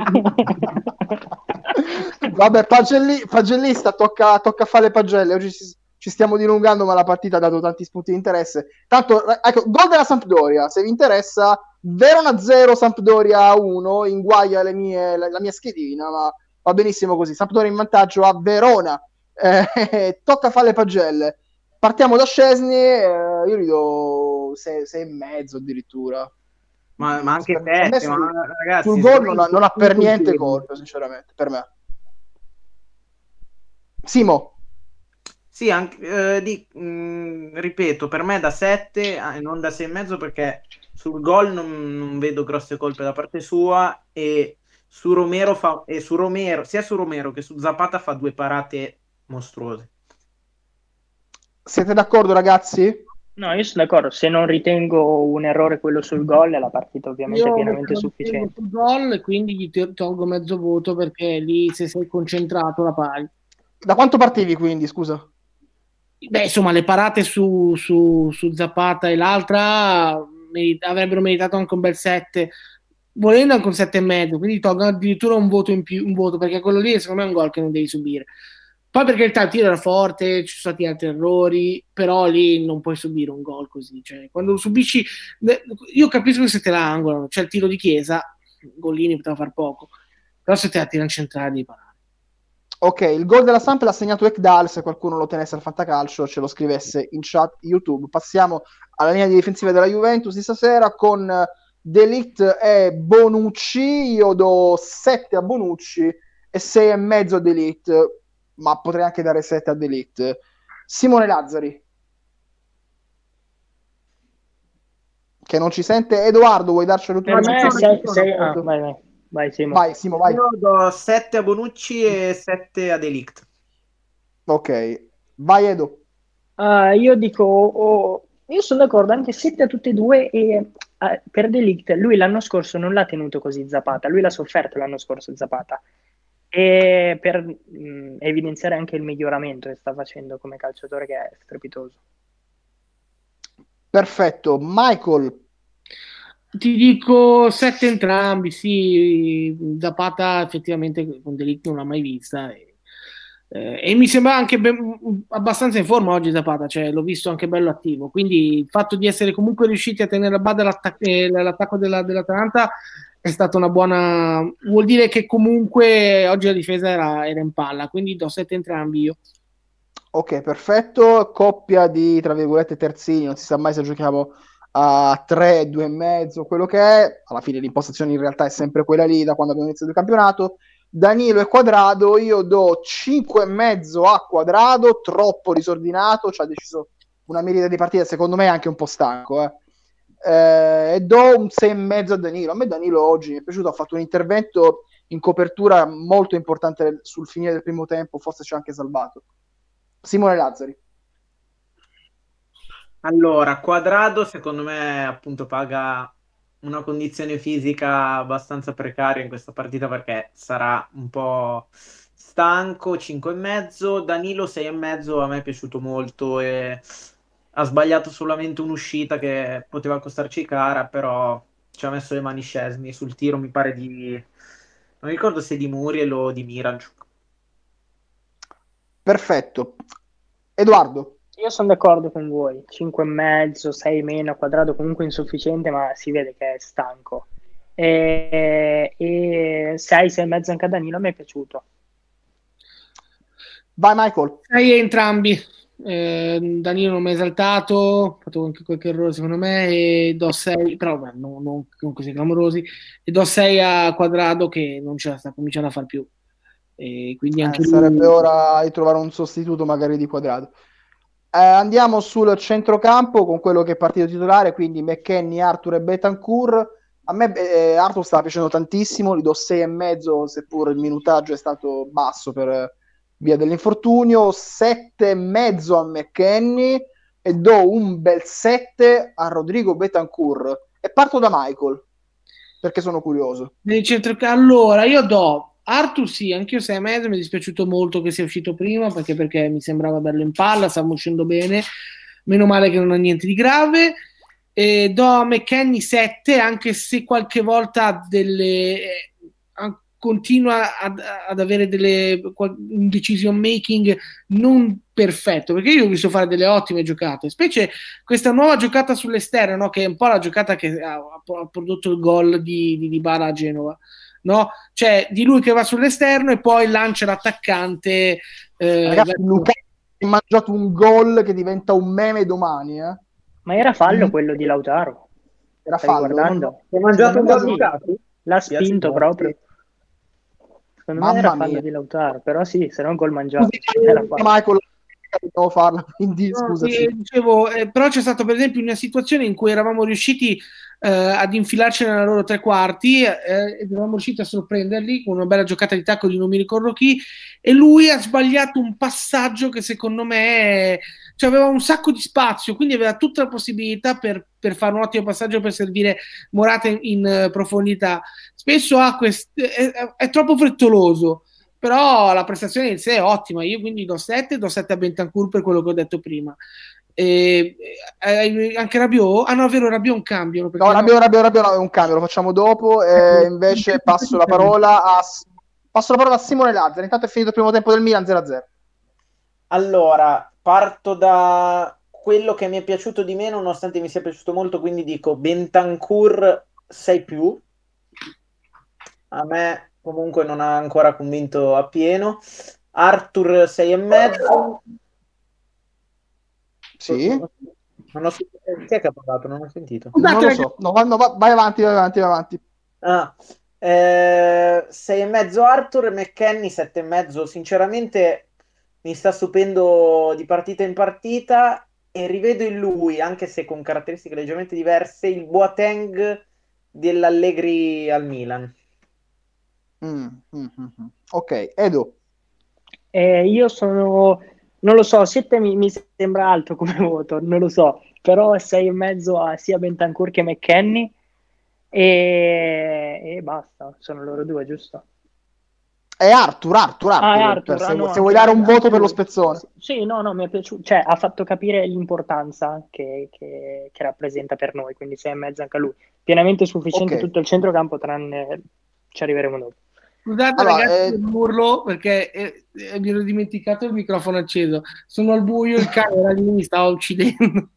Vabbè, pagelli- pagellista, tocca, tocca fare le pagelle. Oggi ci, ci stiamo dilungando, ma la partita ha dato tanti spunti di interesse. Tanto, eh, ecco, gol della Sampdoria, se vi interessa, Verona zero, Sampdoria uno, inguaia le mie, la, la mia schedina, ma va benissimo così. Sampdoria in vantaggio a Verona. Eh, tocca fare le pagelle. Partiamo da Szczesny, eh, io gli do sei, sei e mezzo addirittura. Ma, ma anche Per- per me sette, ma sul- ragazzi, sul secondo gol me non ha, non ha per tutto niente insieme. colpa, sinceramente, per me. Simo, Sì, anche, eh, di- mh, ripeto, per me da sette e non da sei e mezzo perché sul gol non, non vedo grosse colpe da parte sua e su Romero fa, e su Romero, sia su Romero che su Zapata fa due parate mostruose. siete d'accordo ragazzi? No, io sono d'accordo, se non ritengo un errore quello sul gol, la partita ovviamente è Io pienamente lo ritengo sufficiente. sul gol e quindi gli to- tolgo mezzo voto perché lì se sei concentrato la pari. Da quanto partivi quindi, scusa? Beh, insomma, le parate su, su, su Zapata e l'altra merit- avrebbero meritato anche un bel sette, volendo anche un sette e mezzo, quindi tolgo addirittura un voto in più, un voto, perché quello lì secondo me è un gol che non devi subire. Poi perché il tiro era forte, ci sono stati altri errori, però lì non puoi subire un gol così. Cioè, quando lo subisci, io capisco che se te la angolano, c'è il tiro di Chiesa, Gollini poteva far poco, però se te la tirano centrale devi parare. Ok, il gol della Samp l'ha segnato Ekdal, se qualcuno lo tenesse al fantacalcio ce lo scrivesse in chat YouTube. Passiamo alla linea di difensiva della Juventus di stasera con De Ligt e Bonucci. Io do sette a Bonucci e sei e mezzo a De Ligt, ma potrei anche dare sette a De Ligt. Simone Lazzari, che non ci sente. Edoardo, vuoi darci Per l'ultima me sono, sei, sono, sei- sono. ah, vai, vai, vai Simo. Vai, Simo, vai. Io do sette a Bonucci e sette a De Ligt. Ok, vai Edo. Ah, io dico, oh, io sono d'accordo, anche sette a tutte e due e ah, per De Ligt, lui l'anno scorso non l'ha tenuto così Zapata, lui l'ha sofferto l'anno scorso Zapata e per mh, evidenziare anche il miglioramento che sta facendo come calciatore che è strepitoso. Perfetto, Michael. Ti dico sette entrambi, sì, Zapata effettivamente con De Ligt non l'ha mai vista e, eh, e mi sembra anche ben, abbastanza in forma oggi Zapata, cioè l'ho visto anche bello attivo, quindi il fatto di essere comunque riusciti a tenere a bada l'attac- eh, l'attacco della, dell'Atalanta è stata una buona, vuol dire che comunque oggi la difesa era, era in palla, quindi do sette entrambi io. Ok, perfetto. Coppia di, tra virgolette, terzini. Non si sa mai se giochiamo a tre, due e mezzo, quello che è. Alla fine l'impostazione in realtà è sempre quella lì da quando abbiamo iniziato il campionato. Danilo e Quadrado, io do cinque e mezzo a Quadrado, troppo disordinato, ci ha deciso una miriade di partite, secondo me anche un po' stanco. Eh. Eh, e do un sei e mezzo a Danilo. A me Danilo oggi mi è piaciuto, ha fatto un intervento in copertura molto importante sul finire del primo tempo, forse ci ha anche salvato. Simone Lazzari. Allora, Quadrado secondo me appunto paga una condizione fisica abbastanza precaria in questa partita perché sarà un po' stanco, cinque e mezzo. Danilo sei e mezzo, a me è piaciuto molto e ha sbagliato solamente un'uscita che poteva costarci cara, però ci ha messo le mani Szczesny sul tiro, mi pare di... non ricordo se di Muriel o di Miranchuk. Perfetto. Edoardo? Io sono d'accordo con voi, cinque e mezzo, sei meno, Quadrado comunque insufficiente, ma si vede che è stanco. E, e sei, sei e mezzo anche a Danilo, mi è piaciuto. Vai Michael. sei entrambi. Eh, Danilo non mi ha esaltato, ha fatto anche qualche errore secondo me, e do sei, però beh, non, non, non così clamorosi, e do sei a Quadrado che non ce la sta cominciando a far più. E quindi anche Eh, lui... sarebbe ora di trovare un sostituto magari di Quadrado. Eh, andiamo sul centrocampo con quello che è partito titolare, quindi McKennie, Arthur e Betancourt. A me eh, Arthur stava piacendo tantissimo, gli do sei e mezzo, seppur il minutaggio è stato basso per via dell'infortunio, sette e mezzo a McKennie e do un bel sette a Rodrigo Betancourt. E parto da Michael, perché sono curioso. Nel centrocampo, allora, io do Arthur sì, anch'io sei e mezzo, mi è dispiaciuto molto che sia uscito prima, perché, perché mi sembrava bello in palla, stava uscendo bene, meno male che non ha niente di grave. E do a McKennie sette, anche se qualche volta ha delle... eh, continua ad, ad avere delle, un decision making non perfetto, perché io ho visto fare delle ottime giocate, specie questa nuova giocata sull'esterno, no? Che è un po' la giocata che ha, ha prodotto il gol di, di Dybala a Genova, no? Cioè di lui che va sull'esterno e poi lancia l'attaccante. Eh, Ragazzi, Luca ha mangiato un gol che diventa un meme domani, eh? Ma era fallo quello di Lautaro? Era Stai fallo? guardando? Hai mangiato un gol Sì, Lukaku? l'ha spinto proprio. Secondo Mamma me era fallo mia. di Lautaro, però sì, se no gol mangiato. Scusi, Era fallo. Michael, devo farla, quindi No, scusaci. eh, dicevo, eh, però c'è stata per esempio una situazione in cui eravamo riusciti eh, ad infilarci nella loro tre quarti eh, ed eravamo riusciti a sorprenderli con una bella giocata di tacco di non mi ricordo chi, e lui ha sbagliato un passaggio che secondo me cioè, aveva un sacco di spazio, quindi aveva tutta la possibilità per, per fare un ottimo passaggio per servire Morata in, in uh, profondità. Spesso ha quest- è, è troppo frettoloso, però la prestazione in sé è ottima. Io quindi do sette, do sette a Bentancur per quello che ho detto prima. E, eh, anche Rabiot, ah no, è vero, Rabiot è un cambio. No, No, Rabiot, Rabiot, Rabiot no, è un cambio, lo facciamo dopo. E invece passo la parola a passo la parola a Simone Lazzari. Intanto è finito il primo tempo del Milan zero a zero. Allora, parto da quello che mi è piaciuto di meno, nonostante mi sia piaciuto molto, quindi dico Bentancur sei più. A me comunque non ha ancora convinto appieno. Arthur sei e mezzo. Sì? Non ho sentito. Chi è che ha parlato? Non ho sentito. Non lo so. No, no, vai avanti, vai avanti, vai avanti. Ah, eh, sei e mezzo Arthur, McKennie sette e mezzo. Sinceramente mi sta stupendo di partita in partita e rivedo in lui, anche se con caratteristiche leggermente diverse, il Boateng dell'Allegri al Milan. Mm, mm, mm. Ok, Edo. Eh, io sono, non lo so, sette mi, mi sembra alto come voto, non lo so, però sei e mezzo a sia Bentancur che McKennie e, e basta, sono loro due, giusto? È Arthur, Arthur, Arthur, Ah, Arthur, per se, ah, no, se vuoi anche- dare un anche voto per lui. lo spezzone. Sì, sì, no, no, mi è piaciuto, cioè ha fatto capire l'importanza che, che- che rappresenta per noi, quindi sei e mezzo anche a lui. Pienamente sufficiente Ok. tutto il centrocampo, tranne ci arriveremo dopo. Scusate Allora, ragazzi, eh, un urlo perché eh, eh, mi ero dimenticato il microfono acceso. Sono al buio, il cane era lì, mi stava uccidendo.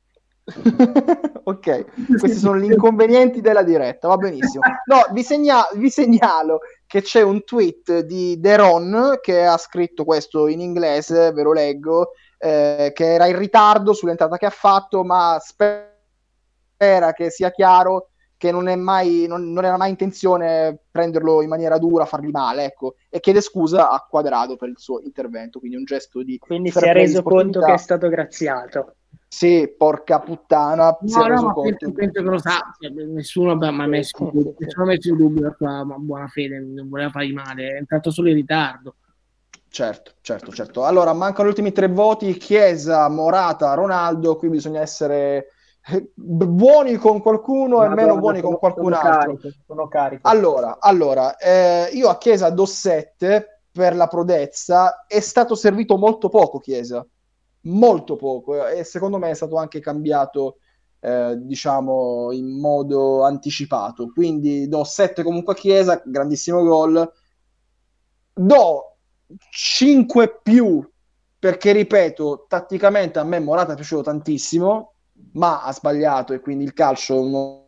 Ok, questi sono gli inconvenienti della diretta, va benissimo. No, vi, segna- vi segnalo che c'è un tweet di Deron che ha scritto questo in inglese, ve lo leggo, eh, che era in ritardo sull'entrata che ha fatto, ma spera che sia chiaro che non, è mai, non, non era mai intenzione prenderlo in maniera dura, fargli male, ecco, e chiede scusa a Quadrado per il suo intervento, quindi un gesto di Quindi fair si è play, reso sportività. conto che è stato graziato. Sì, porca puttana, si No, è no, reso ma conto. penso, penso che lo sa. Cioè, nessuno mi ha Sì, messo, sì, in dubbio, sì, sì. nessuno ha messo in dubbio la sua buona fede, non voleva fargli male, è entrato solo in ritardo. Certo, certo, certo. Allora, mancano gli ultimi tre voti, Chiesa, Morata, Ronaldo, qui bisogna essere eh, buoni con qualcuno e Madonna, meno buoni sono- con qualcun sono altro. carico, sono carico. Allora, allora eh, io a Chiesa do sette per la prodezza, è stato servito molto poco Chiesa, molto poco, e secondo me è stato anche cambiato, eh, diciamo, in modo anticipato, quindi do sette comunque a Chiesa, grandissimo gol, do cinque più perché ripeto, tatticamente a me Morata è piaciuto tantissimo, ma ha sbagliato e quindi il calcio è uno,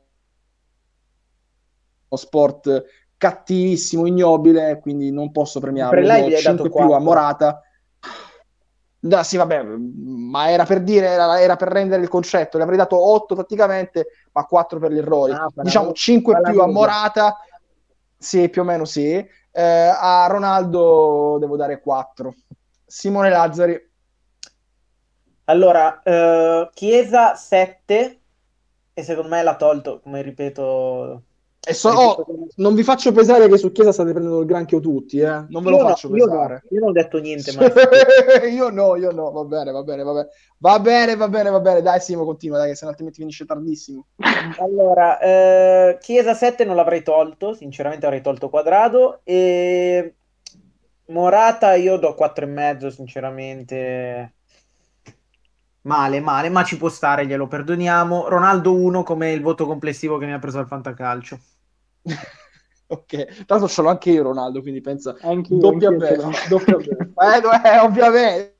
uno sport cattivissimo, ignobile, quindi non posso premiarlo. Per live Do gli hai dato cinque più a quattro. Morata. No, sì, vabbè, ma era per dire, era, era per rendere il concetto. Le avrei dato otto tatticamente, ma quattro per gli errori. Ah, fa la Diciamo me- cinque fa la più a media. Morata, sì, più o meno sì. Eh, a Ronaldo devo dare quattro. Simone Lazzari, Allora, eh, Chiesa sette e secondo me l'ha tolto, come ripeto. e so- ripeto oh, non vi faccio pesare che su Chiesa state prendendo il granchio tutti, eh? Non ve lo io no, faccio io no, pesare. io non ho detto niente mai. su questo. Io no, io no, va bene, va bene, va bene. Va bene, va bene, va bene. Dai, Simo, continua, dai, che se no altrimenti finisce tardissimo. Allora, eh, Chiesa sette non l'avrei tolto, sinceramente avrei tolto Quadrado e Morata io do quattro e mezzo, sinceramente. Male, male, ma ci può stare, glielo perdoniamo. Ronaldo uno come il voto complessivo che mi ha preso al Fantacalcio. Ok, tra l'altro ce l'ho anche io Ronaldo, quindi pensa, Anch'io, doppia anch'io ce bene, l'ho. doppia bene. Eh, no, eh, ovviamente,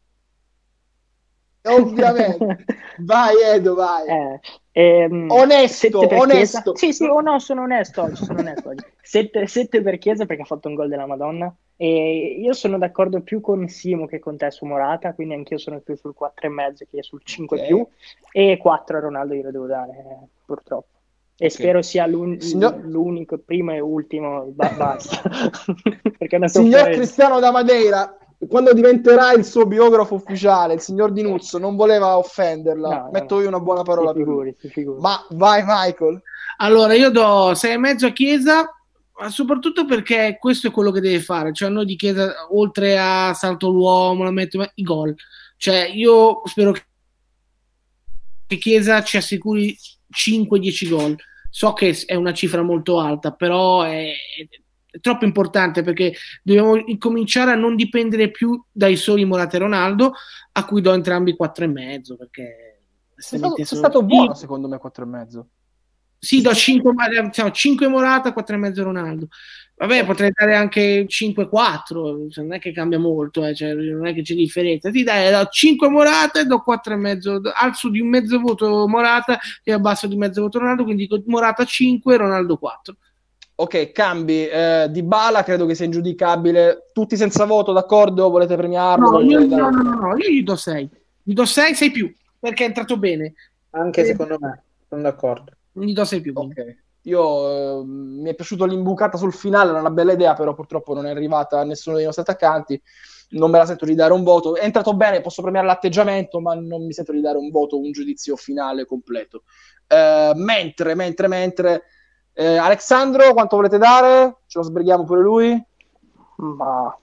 ovviamente. Vai Edo, vai. Eh, ehm, Onesto, sette per Chiesa. onesto. Sì, sì, oh no, sono onesto oggi, sono onesto oggi. sette per Chiesa perché ha fatto un gol della Madonna. E io sono d'accordo più con Simo che con te su Morata, quindi anch'io sono più sul quattro e mezzo che sul cinque Ok. più. E quattro a Ronaldo glielo devo dare, eh, purtroppo. E Ok. spero sia l'un- Signor- l'unico, primo e ultimo, ba- basta. Perché è una Signor sofferenza. Cristiano da Madeira, quando diventerà il suo biografo ufficiale, il signor Di Nuzzo, non voleva offenderla. No, no, Metto no. io una buona parola Si per lui. figuri, si figuri. Ma vai Michael. Allora, io do sei e mezzo a Chiesa, ma soprattutto perché questo è quello che deve fare. Cioè, noi di Chiesa, oltre a salto l'uomo, la mette, ma i gol. Cioè, io spero che Chiesa ci assicuri cinque dieci gol. So che è una cifra molto alta, però è, è troppo importante perché dobbiamo incominciare a non dipendere più dai soli Morata e Ronaldo, a cui do entrambi quattro e mezzo, perché Sei stato, sei sono- stato buono secondo me quattro e mezzo. Sì, do cinque, diciamo, cinque Morata, quattro e mezzo Ronaldo. Vabbè, Ok. potrei dare anche cinque quattro, cioè, non è che cambia molto, eh, cioè, non è che c'è differenza. Sì, dai, do cinque Morata e do quattro e mezzo, do- alzo di un mezzo voto Morata e abbasso di mezzo voto Ronaldo, quindi dico Morata cinque, Ronaldo quattro. Ok, cambi. Eh, Dybala credo che sia ingiudicabile. Tutti senza voto, d'accordo? Volete premiarlo? No, io, Volete no, dare- no, no, no, io gli do sei. Gli do sei, sei più, perché è entrato bene. Anche Eh, secondo me, sono d'accordo. Gli do sei più. quindi. Ok. Io eh, mi è piaciuto l'imbucata sul finale, era una bella idea, però purtroppo non è arrivata a nessuno dei nostri attaccanti. Non me la sento di dare un voto. È entrato bene, posso premiare l'atteggiamento, ma non mi sento di dare un voto, un giudizio finale completo. Eh, mentre, mentre, mentre, eh, Alessandro, quanto volete dare? Ce lo sbrighiamo pure lui? Ma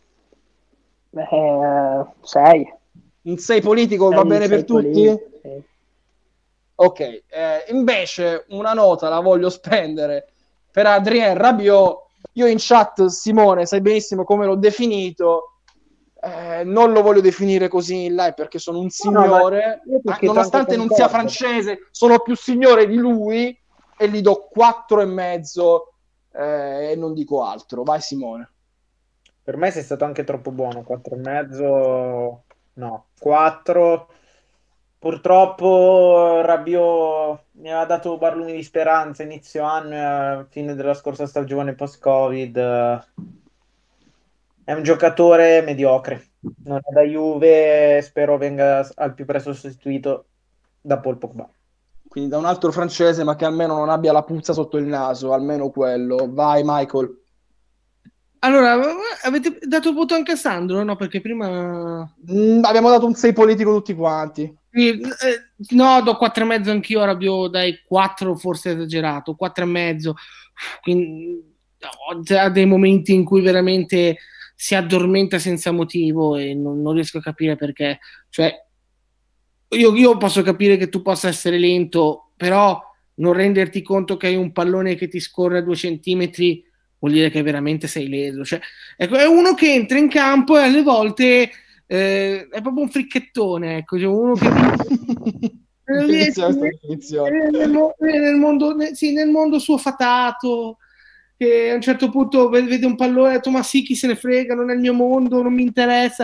eh, sei. Un sei politico va Sei- bene sei per tutti? politico, sì. Ok, eh, invece una nota la voglio spendere per Adrien Rabiot. Io in chat, Simone, sai benissimo come l'ho definito. Eh, non lo voglio definire così in live perché sono un No, no, ma signore. io ti ho Ah, scritto nonostante anche non sia concordo. francese, sono più signore di lui e gli do quattro e mezzo eh, e non dico altro. Vai Simone. Per me sei stato anche troppo buono, quattro e mezzo, no, quattro. Purtroppo Rabiot mi aveva dato barlumi di speranza inizio anno e a fine della scorsa stagione post-Covid. eh, È un giocatore mediocre, non è da Juve, spero venga al più presto sostituito da Paul Pogba. Quindi da un altro francese, ma che almeno non abbia la puzza sotto il naso, almeno quello. Vai Michael. Allora, avete dato il voto anche a Sandro? No, perché prima... Mm, abbiamo dato un sei politico tutti quanti. Sì, eh, no, do quattro e mezzo anch'io, ora abbiamo dai quattro forse esagerato, quattro e mezzo. Quindi ho già dei momenti in cui veramente si addormenta senza motivo e non, non riesco a capire perché. Cioè, io, io posso capire che tu possa essere lento, però non renderti conto che hai un pallone che ti scorre a due centimetri vuol dire che veramente sei leso. Cioè, ecco, è uno che entra in campo e alle volte eh, è proprio un fricchettone, ecco, cioè uno che Bellissima questa definizione. nel, mo- nel mondo, nel- sì, nel mondo suo fatato, che a un certo punto vede un pallone e ha detto ma sì, chi se ne frega, non è il mio mondo, non mi interessa,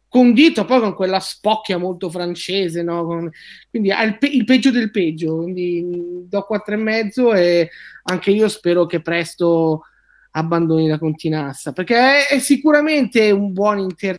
condito poi con quella spocchia molto francese, no? Con, quindi ha il, pe- il peggio del peggio, quindi do quattro e mezzo e anche io spero che presto abbandoni la Continassa, perché è, è sicuramente un buon inter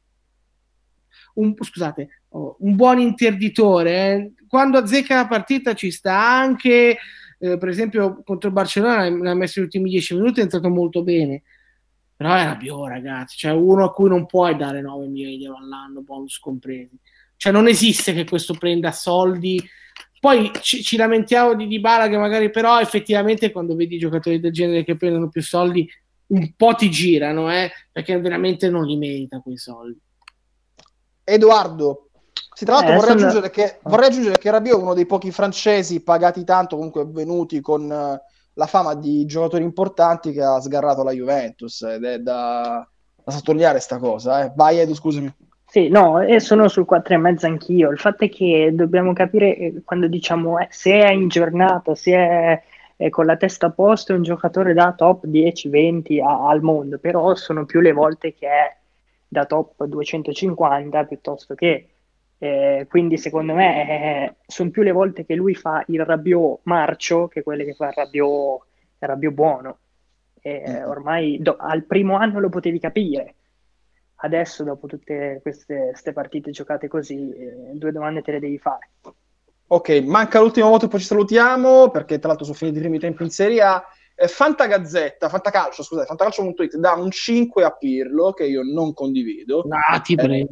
un, scusate, oh, un buon interditore, eh. Quando azzecca la partita ci sta anche, eh, per esempio contro il Barcellona ne ha messo gli ultimi dieci minuti, è entrato molto bene, però è Rabiot, ragazzi, cioè uno a cui non puoi dare nove milioni di euro all'anno, bonus compresi, cioè non esiste che questo prenda soldi. Poi ci, ci lamentiamo di Dybala che magari, però effettivamente quando vedi giocatori del genere che prendono più soldi un po' ti girano, eh, perché veramente non li merita quei soldi. Edoardo, sì, tra l'altro Eh, vorrei, sono- aggiungere che, vorrei aggiungere che Rabiot è uno dei pochi francesi pagati tanto, comunque venuti con eh, la fama di giocatori importanti, che ha sgarrato la Juventus, ed è da, da sottolineare sta cosa. Eh. Vai Edu, scusami. Sì, no, e sono sul quattro e mezzo anch'io. Il fatto è che dobbiamo capire eh, quando diciamo eh, se è in giornata, se è, è con la testa a posto, è un giocatore da top dieci venti a- al mondo, però sono più le volte che è da top duecentocinquanta piuttosto che. Eh, quindi secondo me eh, sono più le volte che lui fa il Rabiot marcio che quelle che fa il Rabiot, il Rabiot buono. Eh, ormai do- al primo anno lo potevi capire. Adesso, dopo tutte queste, queste partite giocate così, eh, due domande te le devi fare. Ok, manca l'ultimo voto e poi ci salutiamo, perché tra l'altro sono finiti i primi tempi in Serie A. Eh, Fantagazzetta, Fantacalcio, scusate, Fantacalcio punto it dà un cinque a Pirlo, che io non condivido. Ah, ti Eh, prego.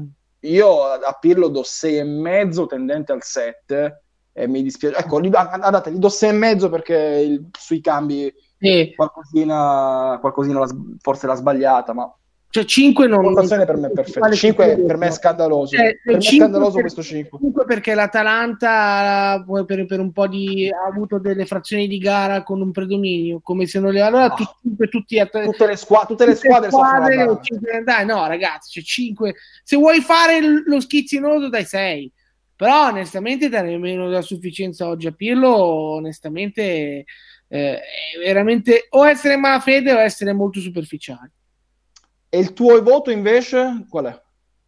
Io a Pirlo do sei e mezzo, tendente al sette, e mi dispiace. Ecco, gli, do- andate, gli do sei e mezzo perché il- sui cambi Sì. qualcosina, qualcosina l'ha s- forse l'ha sbagliata, ma Cioè cinque non, la non votazione per me è perfetta. cinque per me è scandaloso. Cioè, Per me è cinque scandaloso per- questo cinque. cinque perché l'Atalanta poi per, per un po' di ha avuto delle frazioni di gara con un predominio, come se non le allora No. tutti, tutti, a- Tutte le, squa- tutte le squadre soffrono squadre, l'Atalanta. cinque- dai, no ragazzi, c'è cinque. Se vuoi fare l- lo schizzinoso dai sei, però onestamente dare meno della sufficienza oggi a Pirlo, onestamente eh, è veramente o essere malafede o essere molto superficiali. E il tuo voto invece qual è?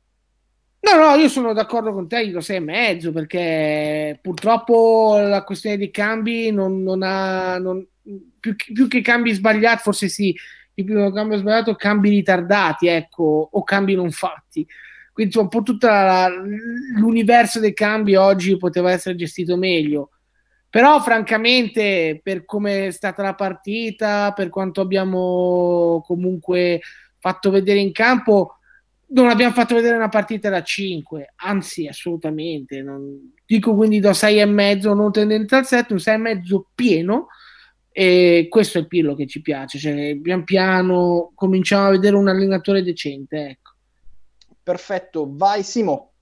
No, no, io sono d'accordo con te, gli do sei e mezzo perché purtroppo la questione dei cambi non, non ha non, più, più che cambi sbagliati, forse sì, il primo cambio sbagliato, cambi ritardati, ecco, o cambi non fatti. Quindi un po' tutto l'universo dei cambi oggi poteva essere gestito meglio. Però francamente, per come è stata la partita, per quanto abbiamo comunque fatto vedere in campo, non abbiamo fatto vedere una partita da cinque, anzi assolutamente non... dico, quindi do sei e mezzo, non tendente al sette, un sei e mezzo pieno, e questo è il Pirlo che ci piace, cioè pian piano cominciamo a vedere un allenatore decente, ecco. Perfetto, vai Simo.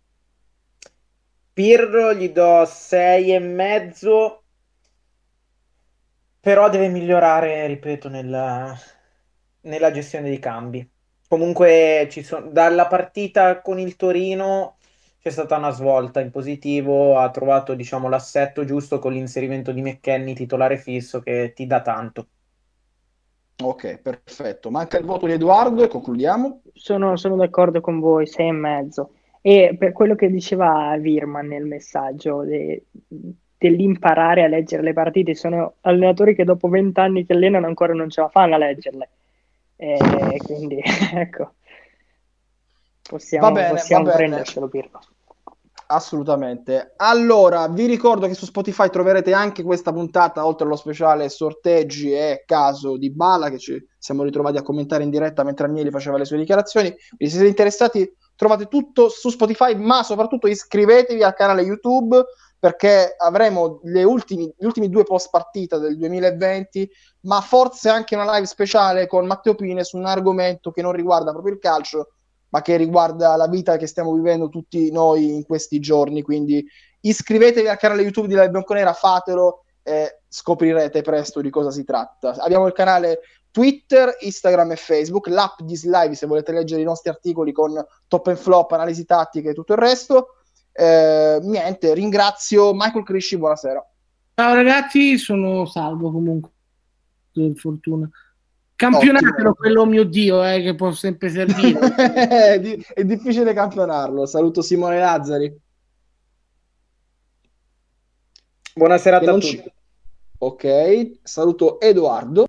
Pirlo gli do sei e mezzo, però deve migliorare, ripeto, nella, nella gestione dei cambi. Comunque ci sono, dalla partita con il Torino c'è stata una svolta in positivo, ha trovato, diciamo, l'assetto giusto con l'inserimento di McKennie titolare fisso che ti dà tanto. Ok, perfetto. Manca il voto di Edoardo e concludiamo. Sono, sono d'accordo con voi, sei e mezzo. E per quello che diceva Virman nel messaggio de- dell'imparare a leggere le partite, sono allenatori che dopo vent'anni che allenano ancora non ce la fanno a leggerle. E quindi ecco, possiamo, Va bene, possiamo va bene. prendercelo Pirlo. Assolutamente. Allora, vi ricordo che su Spotify troverete anche questa puntata, oltre allo speciale sorteggi e caso di Bala, che ci siamo ritrovati a commentare in diretta mentre Agnelli faceva le sue dichiarazioni. Se siete interessati, trovate tutto su Spotify, ma soprattutto iscrivetevi al canale YouTube, perché avremo le ultimi, gli ultimi due post partita del duemilaventi, ma forse anche una live speciale con Matteo Pine su un argomento che non riguarda proprio il calcio, ma che riguarda la vita che stiamo vivendo tutti noi in questi giorni. Quindi iscrivetevi al canale YouTube di La Bianconera, fatelo e scoprirete presto di cosa si tratta. Abbiamo il canale Twitter, Instagram e Facebook, l'app di Slive se volete leggere i nostri articoli con top and flop, analisi tattiche e tutto il resto. Eh, niente, ringrazio Michael Crisci, buonasera. Ciao ragazzi, sono salvo comunque, per fortuna. Campionatelo quello, mio Dio, eh, che può sempre servire. è, di- è difficile campionarlo. Saluto Simone Lazzari. Buona Che serata a non tutti. ci- Ok, saluto Edoardo.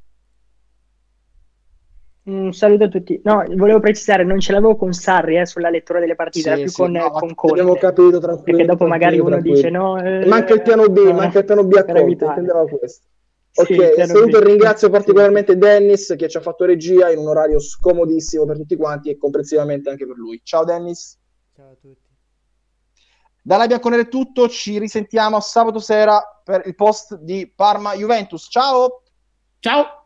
Un saluto a tutti. No, volevo precisare, non ce l'avevo con Sarri eh, sulla lettura delle partite, era Sì, più sì, con, no, ma con tutti abbiamo Conte. capito, tranquillo, Perché dopo magari tranquillo, uno tranquillo. dice no, eh, Manca il piano B, no, manca il piano B per a Conte, evitare. intendeva questo. Sì, il Ok, piano saluto B. e ringrazio Sì, particolarmente Dennis che ci ha fatto regia in un orario scomodissimo per tutti quanti e comprensivamente anche per lui. Ciao Dennis. Ciao a tutti. Dalla Bianconera è tutto, ci risentiamo sabato sera per il post di Parma Juventus. Ciao! Ciao!